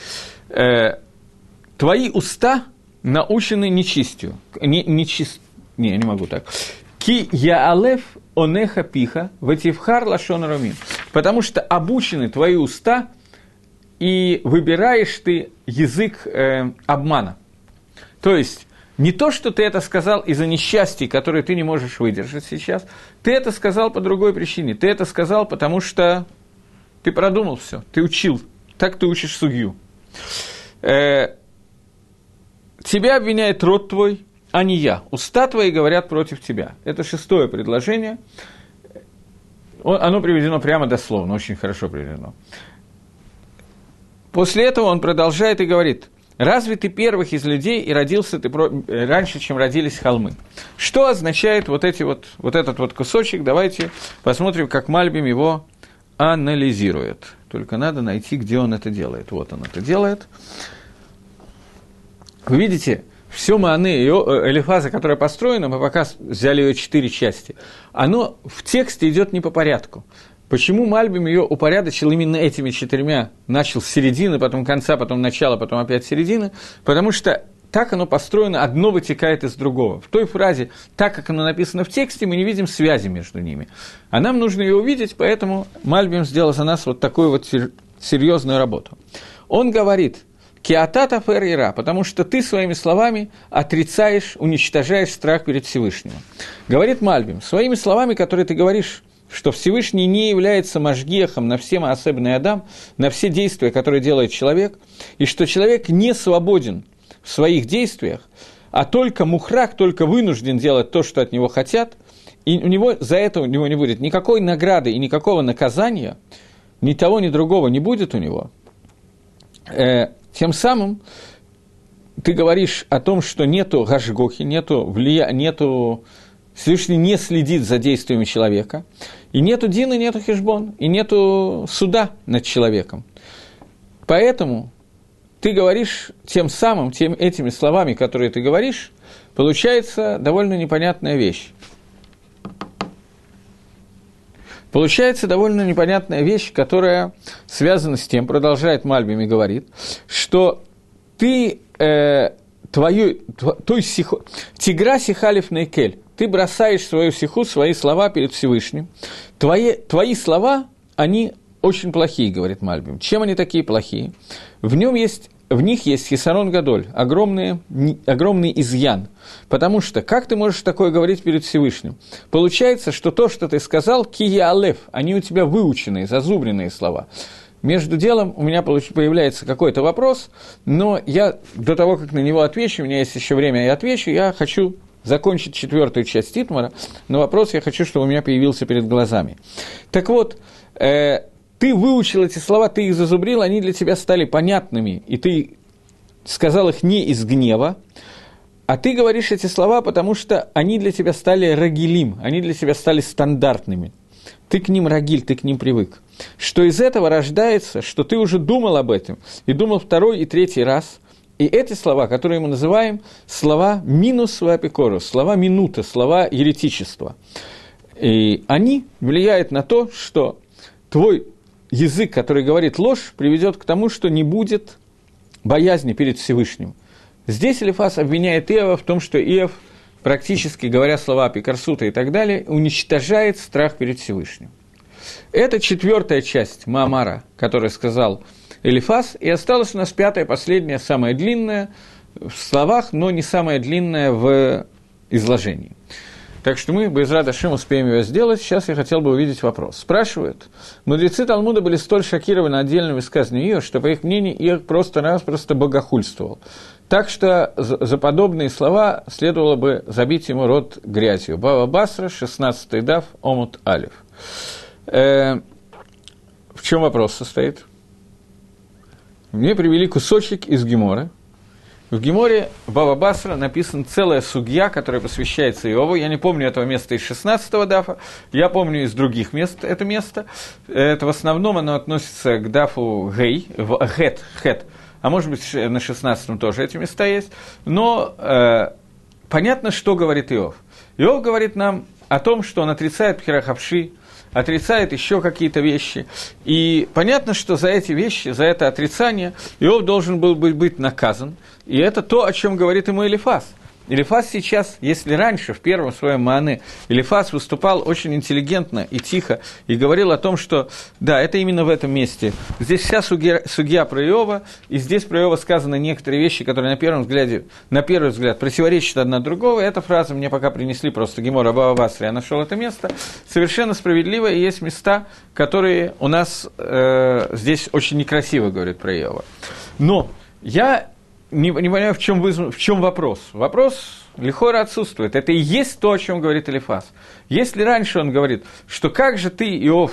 Твои уста научены нечистью, Не могу так. Ки яалев онеха пиха вативхар лашон ромим. Потому что обучены твои уста, и выбираешь ты язык обмана. То есть, не то, что ты это сказал из-за несчастий, которые ты не можешь выдержать сейчас, ты это сказал по другой причине. Ты это сказал, потому что ты продумал все, ты учил, так ты учишь судью. Тебя обвиняет род твой, а не я. Уста твои говорят против тебя. Это 6-е предложение. Оно приведено прямо дословно, очень хорошо приведено. После этого он продолжает и говорит: «Разве ты первых из людей, и родился ты раньше, чем родились холмы?» Что означает вот этот кусочек? Давайте посмотрим, как Мальбим его анализирует. Только надо найти, где он это делает. Вот он это делает. Вы видите, все Маане Элифаза, которое построено, мы пока взяли ее 4 части, оно в тексте идет не по порядку. Почему Мальбим ее упорядочил именно этими 4? Начал с середины, потом конца, потом начала, потом опять середины. Потому что так оно построено, одно вытекает из другого. В той фразе, так как оно написано в тексте, мы не видим связи между ними. А нам нужно ее увидеть, поэтому Мальбим сделал за нас вот такую вот серьезную работу. Он говорит: «Киатата фер-ира», потому что ты своими словами отрицаешь, уничтожаешь страх перед Всевышним. Говорит Мальбим: своими словами, которые ты говоришь, что Всевышний не является машгиахом на все маасе бней Адам, на все действия, которые делает человек, и что человек не свободен в своих действиях, а только мухрак, только вынужден делать то, что от него хотят, и за это у него не будет никакой награды и никакого наказания, ни того, ни другого не будет у него, тем самым ты говоришь о том, что нету гашгохи, нету Всевышний не следит за действиями человека, и нету дина, нету хешбон, и нету суда над человеком. Поэтому ты говоришь тем самым, этими словами, которые ты говоришь, получается довольно непонятная вещь. Получается довольно непонятная вещь, которая связана с тем, продолжает Мальбим и говорит, что ты, тигра сихалиф нейкель, ты бросаешь свою сиху, свои слова перед Всевышним. Твои слова, они очень плохие, говорит Мальбим. Чем они такие плохие? В них есть хисарон гадоль, огромный изъян. Потому что, как ты можешь такое говорить перед Всевышним? Получается, что то, что ты сказал, кия алеф, они у тебя выученные, зазубренные слова. Между делом у меня появляется какой-то вопрос, но я до того, как на него отвечу, у меня есть еще время, я отвечу, я хочу закончить 4-ю часть Титмара, но вопрос я хочу, чтобы у меня появился перед глазами. Так вот, ты выучил эти слова, ты их зазубрил, они для тебя стали понятными, и ты сказал их не из гнева, а ты говоришь эти слова, потому что они для тебя стали рагилим, они для тебя стали стандартными. Ты к ним рагиль, ты к ним привык. Что из этого рождается, что ты уже думал об этом, и думал 2-й и 3-й раз. И эти слова, которые мы называем слова минус вапикору, слова минута, слова еретичества, и они влияют на то, что твой язык, который говорит ложь, приведет к тому, что не будет боязни перед Всевышним. Здесь Элифаз обвиняет Иова в том, что Иов, практически говоря слова апикарсута и так далее, уничтожает страх перед Всевышним. Это 4-я часть Маамара, которую сказал Элифаз, и осталась у нас 5-я, последняя, самая длинная в словах, но не самая длинная в изложении. Так что мы, Бе'эзрат Ашем, успеем ее сделать. Сейчас я хотел бы увидеть вопрос. Спрашивают, мудрецы Талмуда были столь шокированы отдельными высказываниями Иова, что, по их мнению, Иов просто богохульствовал. Так что за подобные слова следовало бы забить ему рот грязью. Бава Басра, 16-й дав, Омут Алиф. В чем вопрос состоит? Мне привели кусочек из Геморы. В Геморе Бава Басра написана целая сугья, которая посвящается Иову. Я не помню этого места из 16-го дафа, я помню из других мест это место. Это в основном оно относится к дафу Гей, в Хет, а может быть на 16-м тоже эти места есть. Но понятно, что говорит Иов. Иов говорит нам о том, что он отрицает пхирахавши, отрицает еще какие-то вещи. И понятно, что за эти вещи, за это отрицание Иов должен был быть наказан. И это то, о чем говорит ему Элифаз. Элифаз сейчас, если раньше, в первом своем Маане, Элифаз выступал очень интеллигентно и тихо, и говорил о том, что, да, это именно в этом месте. Здесь вся сугья про Иова, и здесь про Иова сказаны некоторые вещи, которые на первый взгляд противоречат одна другого. Эта фраза мне пока принесли просто Гемора Бава Басра, я нашел это место. Совершенно справедливо, и есть места, которые у нас здесь очень некрасиво говорят про Иова. Но я не понимаю, в чем вопрос. Вопрос лихора отсутствует. Это и есть то, о чем говорит Элифаз. Если раньше он говорит, что как же ты, Иов,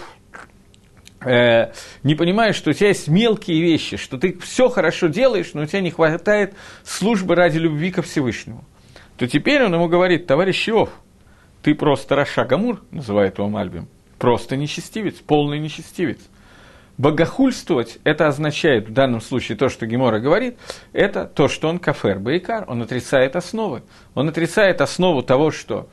не понимаешь, что у тебя есть мелкие вещи, что ты все хорошо делаешь, но у тебя не хватает службы ради любви ко Всевышнему, то теперь он ему говорит: товарищ Иов, ты просто Раша Гамур, называет его Мальбим, просто нечестивец, полный нечестивец. Богохульствовать, это означает в данном случае то, что Гемора говорит, это то, что он кафер бейкар, он отрицает основы. Он отрицает основу того, что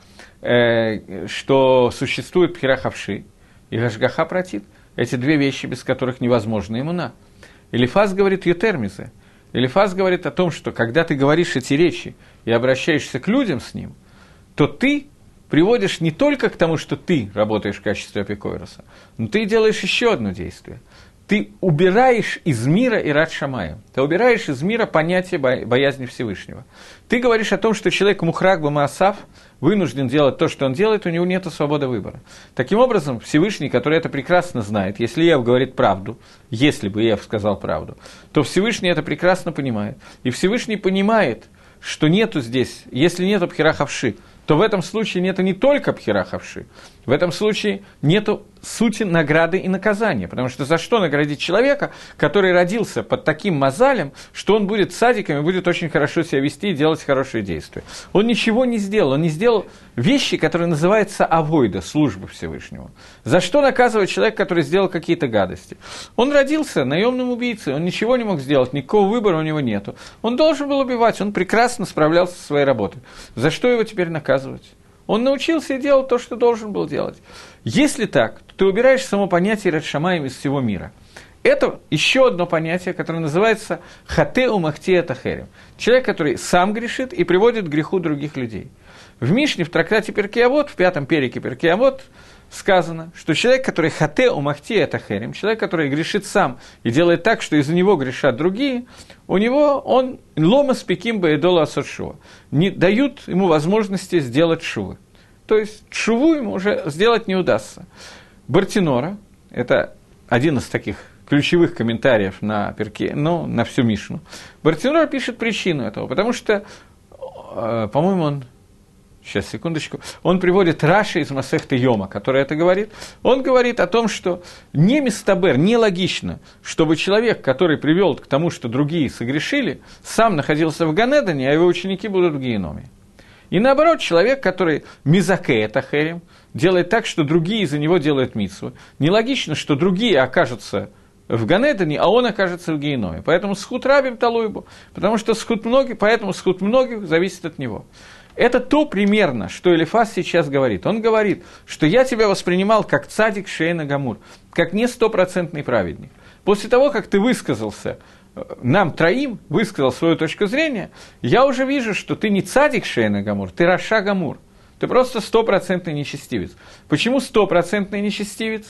существует пхирахавши и гашгаха протит. Эти две вещи, без которых невозможна иммуна. Элифаз говорит ютермизе. Элифаз говорит о том, что когда ты говоришь эти речи и обращаешься к людям с ним, то ты приводишь не только к тому, что ты работаешь в качестве апикойроса, но ты делаешь еще одно действие. Ты убираешь из мира ират шамаим. Ты убираешь из мира понятие боязни Всевышнего. Ты говоришь о том, что человек мухрак бамаасав вынужден делать то, что он делает, у него нет свободы выбора. Таким образом, Всевышний, который это прекрасно знает, если Иов говорит правду, если бы Иов сказал правду, то Всевышний это прекрасно понимает. И Всевышний понимает, что нету здесь, если нету пхирахавши, то в этом случае нету не только пхирахавши, в этом случае нету сути награды и наказания. Потому что за что наградить человека, который родился под таким мазалем, что он будет цадиком и будет очень хорошо себя вести и делать хорошие действия? Он ничего не сделал, он не сделал вещи, которые называются авойда, служба Всевышнему. За что наказывать человека, который сделал какие-то гадости? Он родился наемным убийцей, он ничего не мог сделать, никакого выбора у него нету. Он должен был убивать, он прекрасно справлялся со своей работой. За что его теперь наказывать? Он научился и делал то, что должен был делать. Если так, то ты убираешь само понятие ират шамаим из всего мира. Это еще одно понятие, которое называется хатеу махтия тахерим. Человек, который сам грешит и приводит к греху других людей. В Мишне, в трактате Перкей Авот, в 5 перике Перкей Авот, сказано, что человек, который хатеу махтия тахерим, человек, который грешит сам и делает так, что из-за него грешат другие, у него он лома спеким баэдола асот-шува. Не дают ему возможности сделать шувы. То есть шуву ему уже сделать не удастся. Бартинора, это один из таких ключевых комментариев на Перке, на всю Мишну. Бартинора пишет причину этого, потому что, по-моему, он... Сейчас, секундочку. Он приводит Раши из Масехты Йома, который это говорит. Он говорит о том, что не мистабер, нелогично, чтобы человек, который привел к тому, что другие согрешили, сам находился в Ганедане, а его ученики будут в Гееноме. И наоборот, человек, который мизакея тахерим, делает так, что другие за него делают мицву. Нелогично, что другие окажутся в Ганедане, а он окажется в Гееноме. Поэтому схут рабим талуйбу, потому что схут многих зависит от него. Это то примерно, что Элифаз сейчас говорит. Он говорит, что я тебя воспринимал как цадик шейна гамур, как не стопроцентный праведник. После того, как ты высказался, нам троим, высказал свою точку зрения, я уже вижу, что ты не цадик шейна гамур, ты раша гамур. Ты просто стопроцентный нечестивец. Почему стопроцентный нечестивец?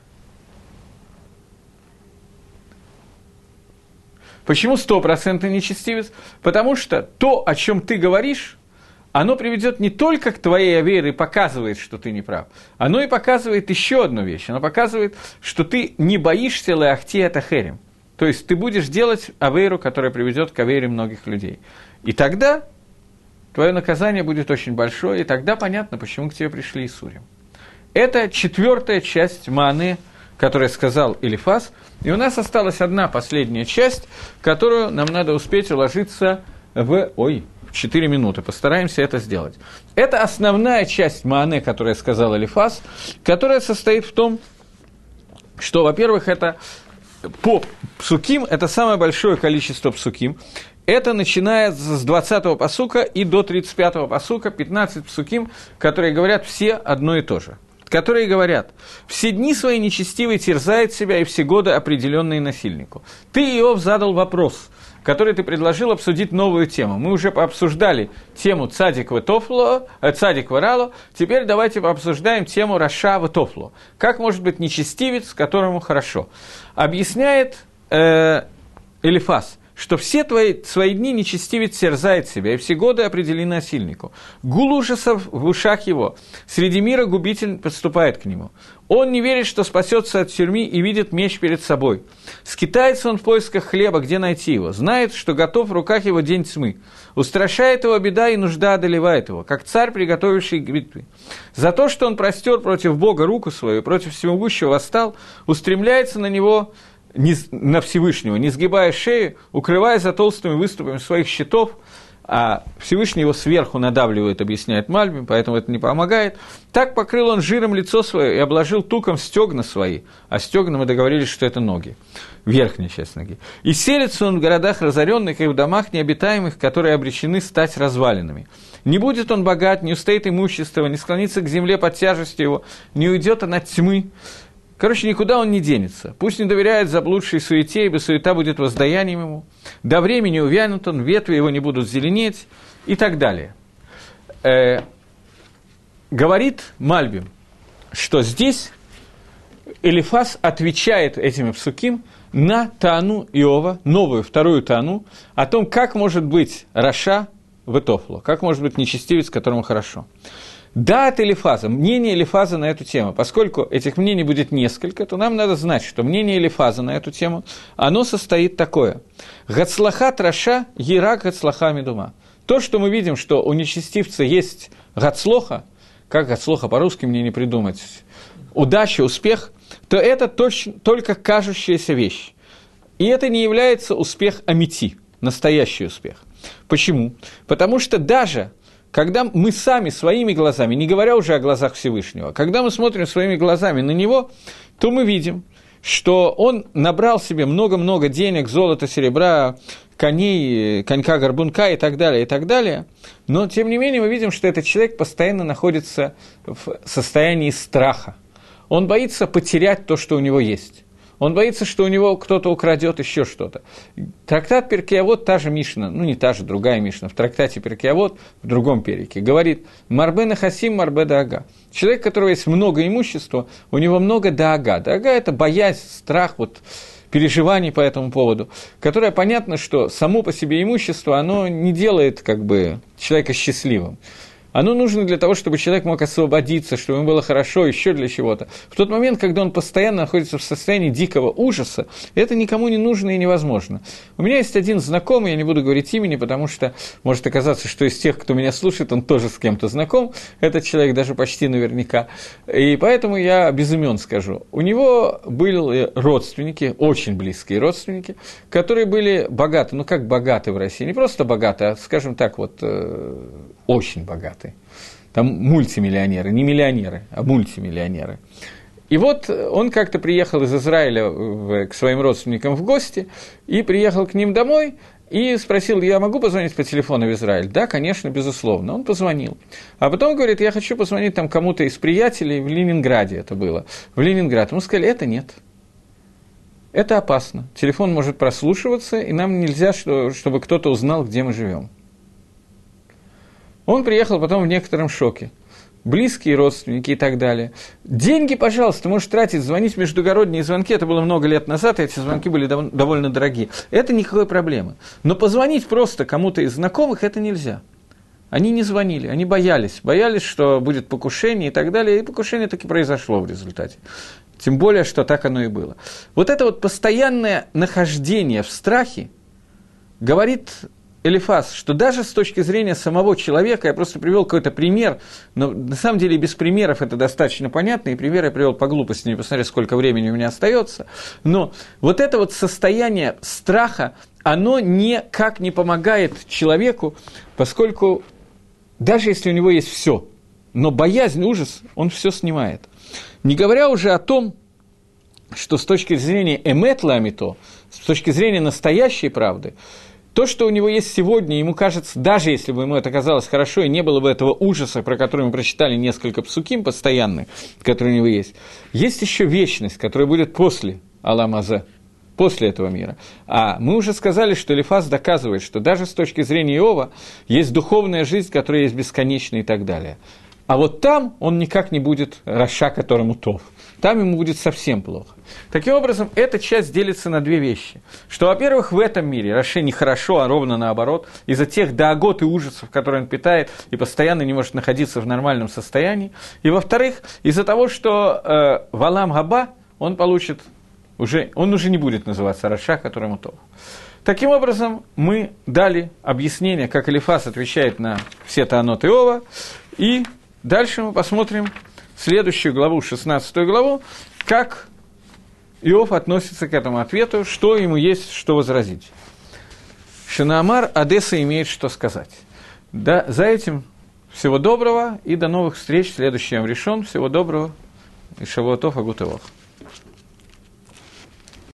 Почему стопроцентный нечестивец? Потому что то, о чем ты говоришь, оно приведет не только к твоей авере и показывает, что ты не прав, оно и показывает еще одну вещь. Оно показывает, что ты не боишься леахтия тахерим. То есть ты будешь делать аверу, которая приведет к авере многих людей. И тогда твое наказание будет очень большое, и тогда понятно, почему к тебе пришли Исурим. Это 4-я часть Маане, которую сказал Элифаз. И у нас осталась одна последняя часть, которую нам надо успеть уложиться в 4 минуты. Постараемся это сделать. Это основная часть Маане, которую сказал Элифаз, которая состоит в том, что, во-первых, это по псуким, это самое большое количество псуким. Это начинается с 20-го пасука и до 35-го пасука, 15 псуким, которые говорят все одно и то же. которые говорят: «Все дни свои нечестивый терзает себя, и все годы, определенные насильнику». Ты, Иов, задал вопрос, который ты предложил обсудить новую тему. Мы уже пообсуждали тему цадик варало, теперь давайте пообсуждаем тему раша ватофло. Как может быть нечестивец, которому хорошо? Объясняет Элифаз, что все свои дни нечестивец терзает себя, и все годы определены насильнику. Гул ужасов в ушах его, среди мира губитель подступает к нему. Он не верит, что спасется от тюрьмы, и видит меч перед собой. Скитается он в поисках хлеба, где найти его. Знает, что готов в руках его день тьмы. Устрашает его беда, и нужда одолевает его, как царь, приготовивший к битве. За то, что он простер против Бога руку свою, против всемогущего восстал, устремляется на него, на Всевышнего, не сгибая шею, укрывая за толстыми выступами своих щитов, а Всевышний его сверху надавливает, объясняет Мальбим, поэтому это не помогает. Так покрыл он жиром лицо свое и обложил туком стегна свои, а стегна мы договорились, что это ноги, верхняя часть ноги. И селится он в городах разоренных и в домах необитаемых, которые обречены стать развалинами. Не будет он богат, не устоит имущество, не склонится к земле под тяжестью его, не уйдет он от тьмы. Короче, никуда он не денется. Пусть не доверяет заблудшей суете, ибо суета будет воздаянием ему. До времени увянут он, ветви его не будут зеленеть и так далее. Говорит Мальбим, что здесь Элифаз отвечает этими псуким на Таану Иова, новую, вторую Таану, о том, как может быть раша вэтофло, как может быть нечестивец, которому хорошо. Да, от Элифаза, мнение Элифаза на эту тему. Поскольку этих мнений будет несколько, то нам надо знать, что мнение Элифаза на эту тему, оно состоит такое. Гацлаха траша, ерак гацлаха медума. То, что мы видим, что у нечестивца есть гацлоха, как гацлоха по-русски мне не придумать, удача, успех, то это только кажущаяся вещь. И это не является успех амити, настоящий успех. Почему? Потому что даже когда мы сами своими глазами, не говоря уже о глазах Всевышнего, когда мы смотрим своими глазами на него, то мы видим, что он набрал себе много-много денег, золота, серебра, коней, конька-горбунка и так далее, но, тем не менее, мы видим, что этот человек постоянно находится в состоянии страха. Он боится потерять то, что у него есть. Он боится, что у него кто-то украдет еще что-то. Трактат Перкей Авот, та же Мишна, ну не та же, другая Мишна, в трактате Перкей Авот, в другом переке, говорит «Марбе нахасим, марбе даага». Человек, у которого есть много имущества, у него много даага. Даага – это боязнь, страх, переживаний по этому поводу, которое понятно, что само по себе имущество, оно не делает человека счастливым. Оно нужно для того, чтобы человек мог освободиться, чтобы ему было хорошо, еще для чего-то. В тот момент, когда он постоянно находится в состоянии дикого ужаса, это никому не нужно и невозможно. У меня есть один знакомый, я не буду говорить имени, потому что может оказаться, что из тех, кто меня слушает, он тоже с кем-то знаком, этот человек даже почти наверняка. И поэтому я без имен скажу. У него были родственники, очень близкие родственники, которые были богаты, как богаты в России, не просто богаты, а, скажем так, очень богатые. Там мультимиллионеры, не миллионеры, а мультимиллионеры. И он как-то приехал из Израиля к своим родственникам в гости, и приехал к ним домой, и спросил: я могу позвонить по телефону в Израиль? Да, конечно, безусловно. Он позвонил. А потом говорит: я хочу позвонить кому-то из приятелей в Ленинграде, это было, в Ленинград. Ему сказали: это нет. Это опасно. Телефон может прослушиваться, и нам нельзя, чтобы кто-то узнал, где мы живем. Он приехал потом в некотором шоке. Близкие родственники и так далее. Деньги, пожалуйста, можешь тратить, звонить междугородние звонки. Это было много лет назад, и эти звонки были довольно дорогие. Это никакой проблемы. Но позвонить просто кому-то из знакомых – это нельзя. Они не звонили, они боялись, что будет покушение и так далее. И покушение таки произошло в результате. Тем более, что так оно и было. Это постоянное нахождение в страхе говорит Элифаз, что даже с точки зрения самого человека, я просто привел какой-то пример, но на самом деле без примеров это достаточно понятно, и пример я привел по глупости, не посмотрю, сколько времени у меня остается, но это состояние страха, оно никак не помогает человеку, поскольку даже если у него есть все, но боязнь, ужас, он все снимает. Не говоря уже о том, что с точки зрения эмет ламито, с точки зрения настоящей правды, То, что у него есть сегодня, ему кажется, даже если бы ему это казалось хорошо, и не было бы этого ужаса, про который мы прочитали несколько псуким постоянных, которые у него есть еще вечность, которая будет после Алам Азе, после этого мира. А мы уже сказали, что Элифаз доказывает, что даже с точки зрения Иова есть духовная жизнь, которая есть бесконечная и так далее. А вот там он никак не будет раша, которому тов. Там ему будет совсем плохо. Таким образом, эта часть делится на две вещи. Что, во-первых, в этом мире Раше нехорошо, а ровно наоборот, из-за тех даагот и ужасов, которые он питает, и постоянно не может находиться в нормальном состоянии. И, во-вторых, из-за того, что в Алам Габа он получит он уже не будет называться Раша, которому тов. Таким образом, мы дали объяснение, как Элифаз отвечает на все таанот Иова, и дальше мы посмотрим следующую главу, 16 главу, как Иов относится к этому ответу, что ему есть что возразить. Шинаамар Одесса имеет что сказать. Да, за этим всего доброго и до новых встреч в следующем решен. Всего доброго и шавуатов агутывох.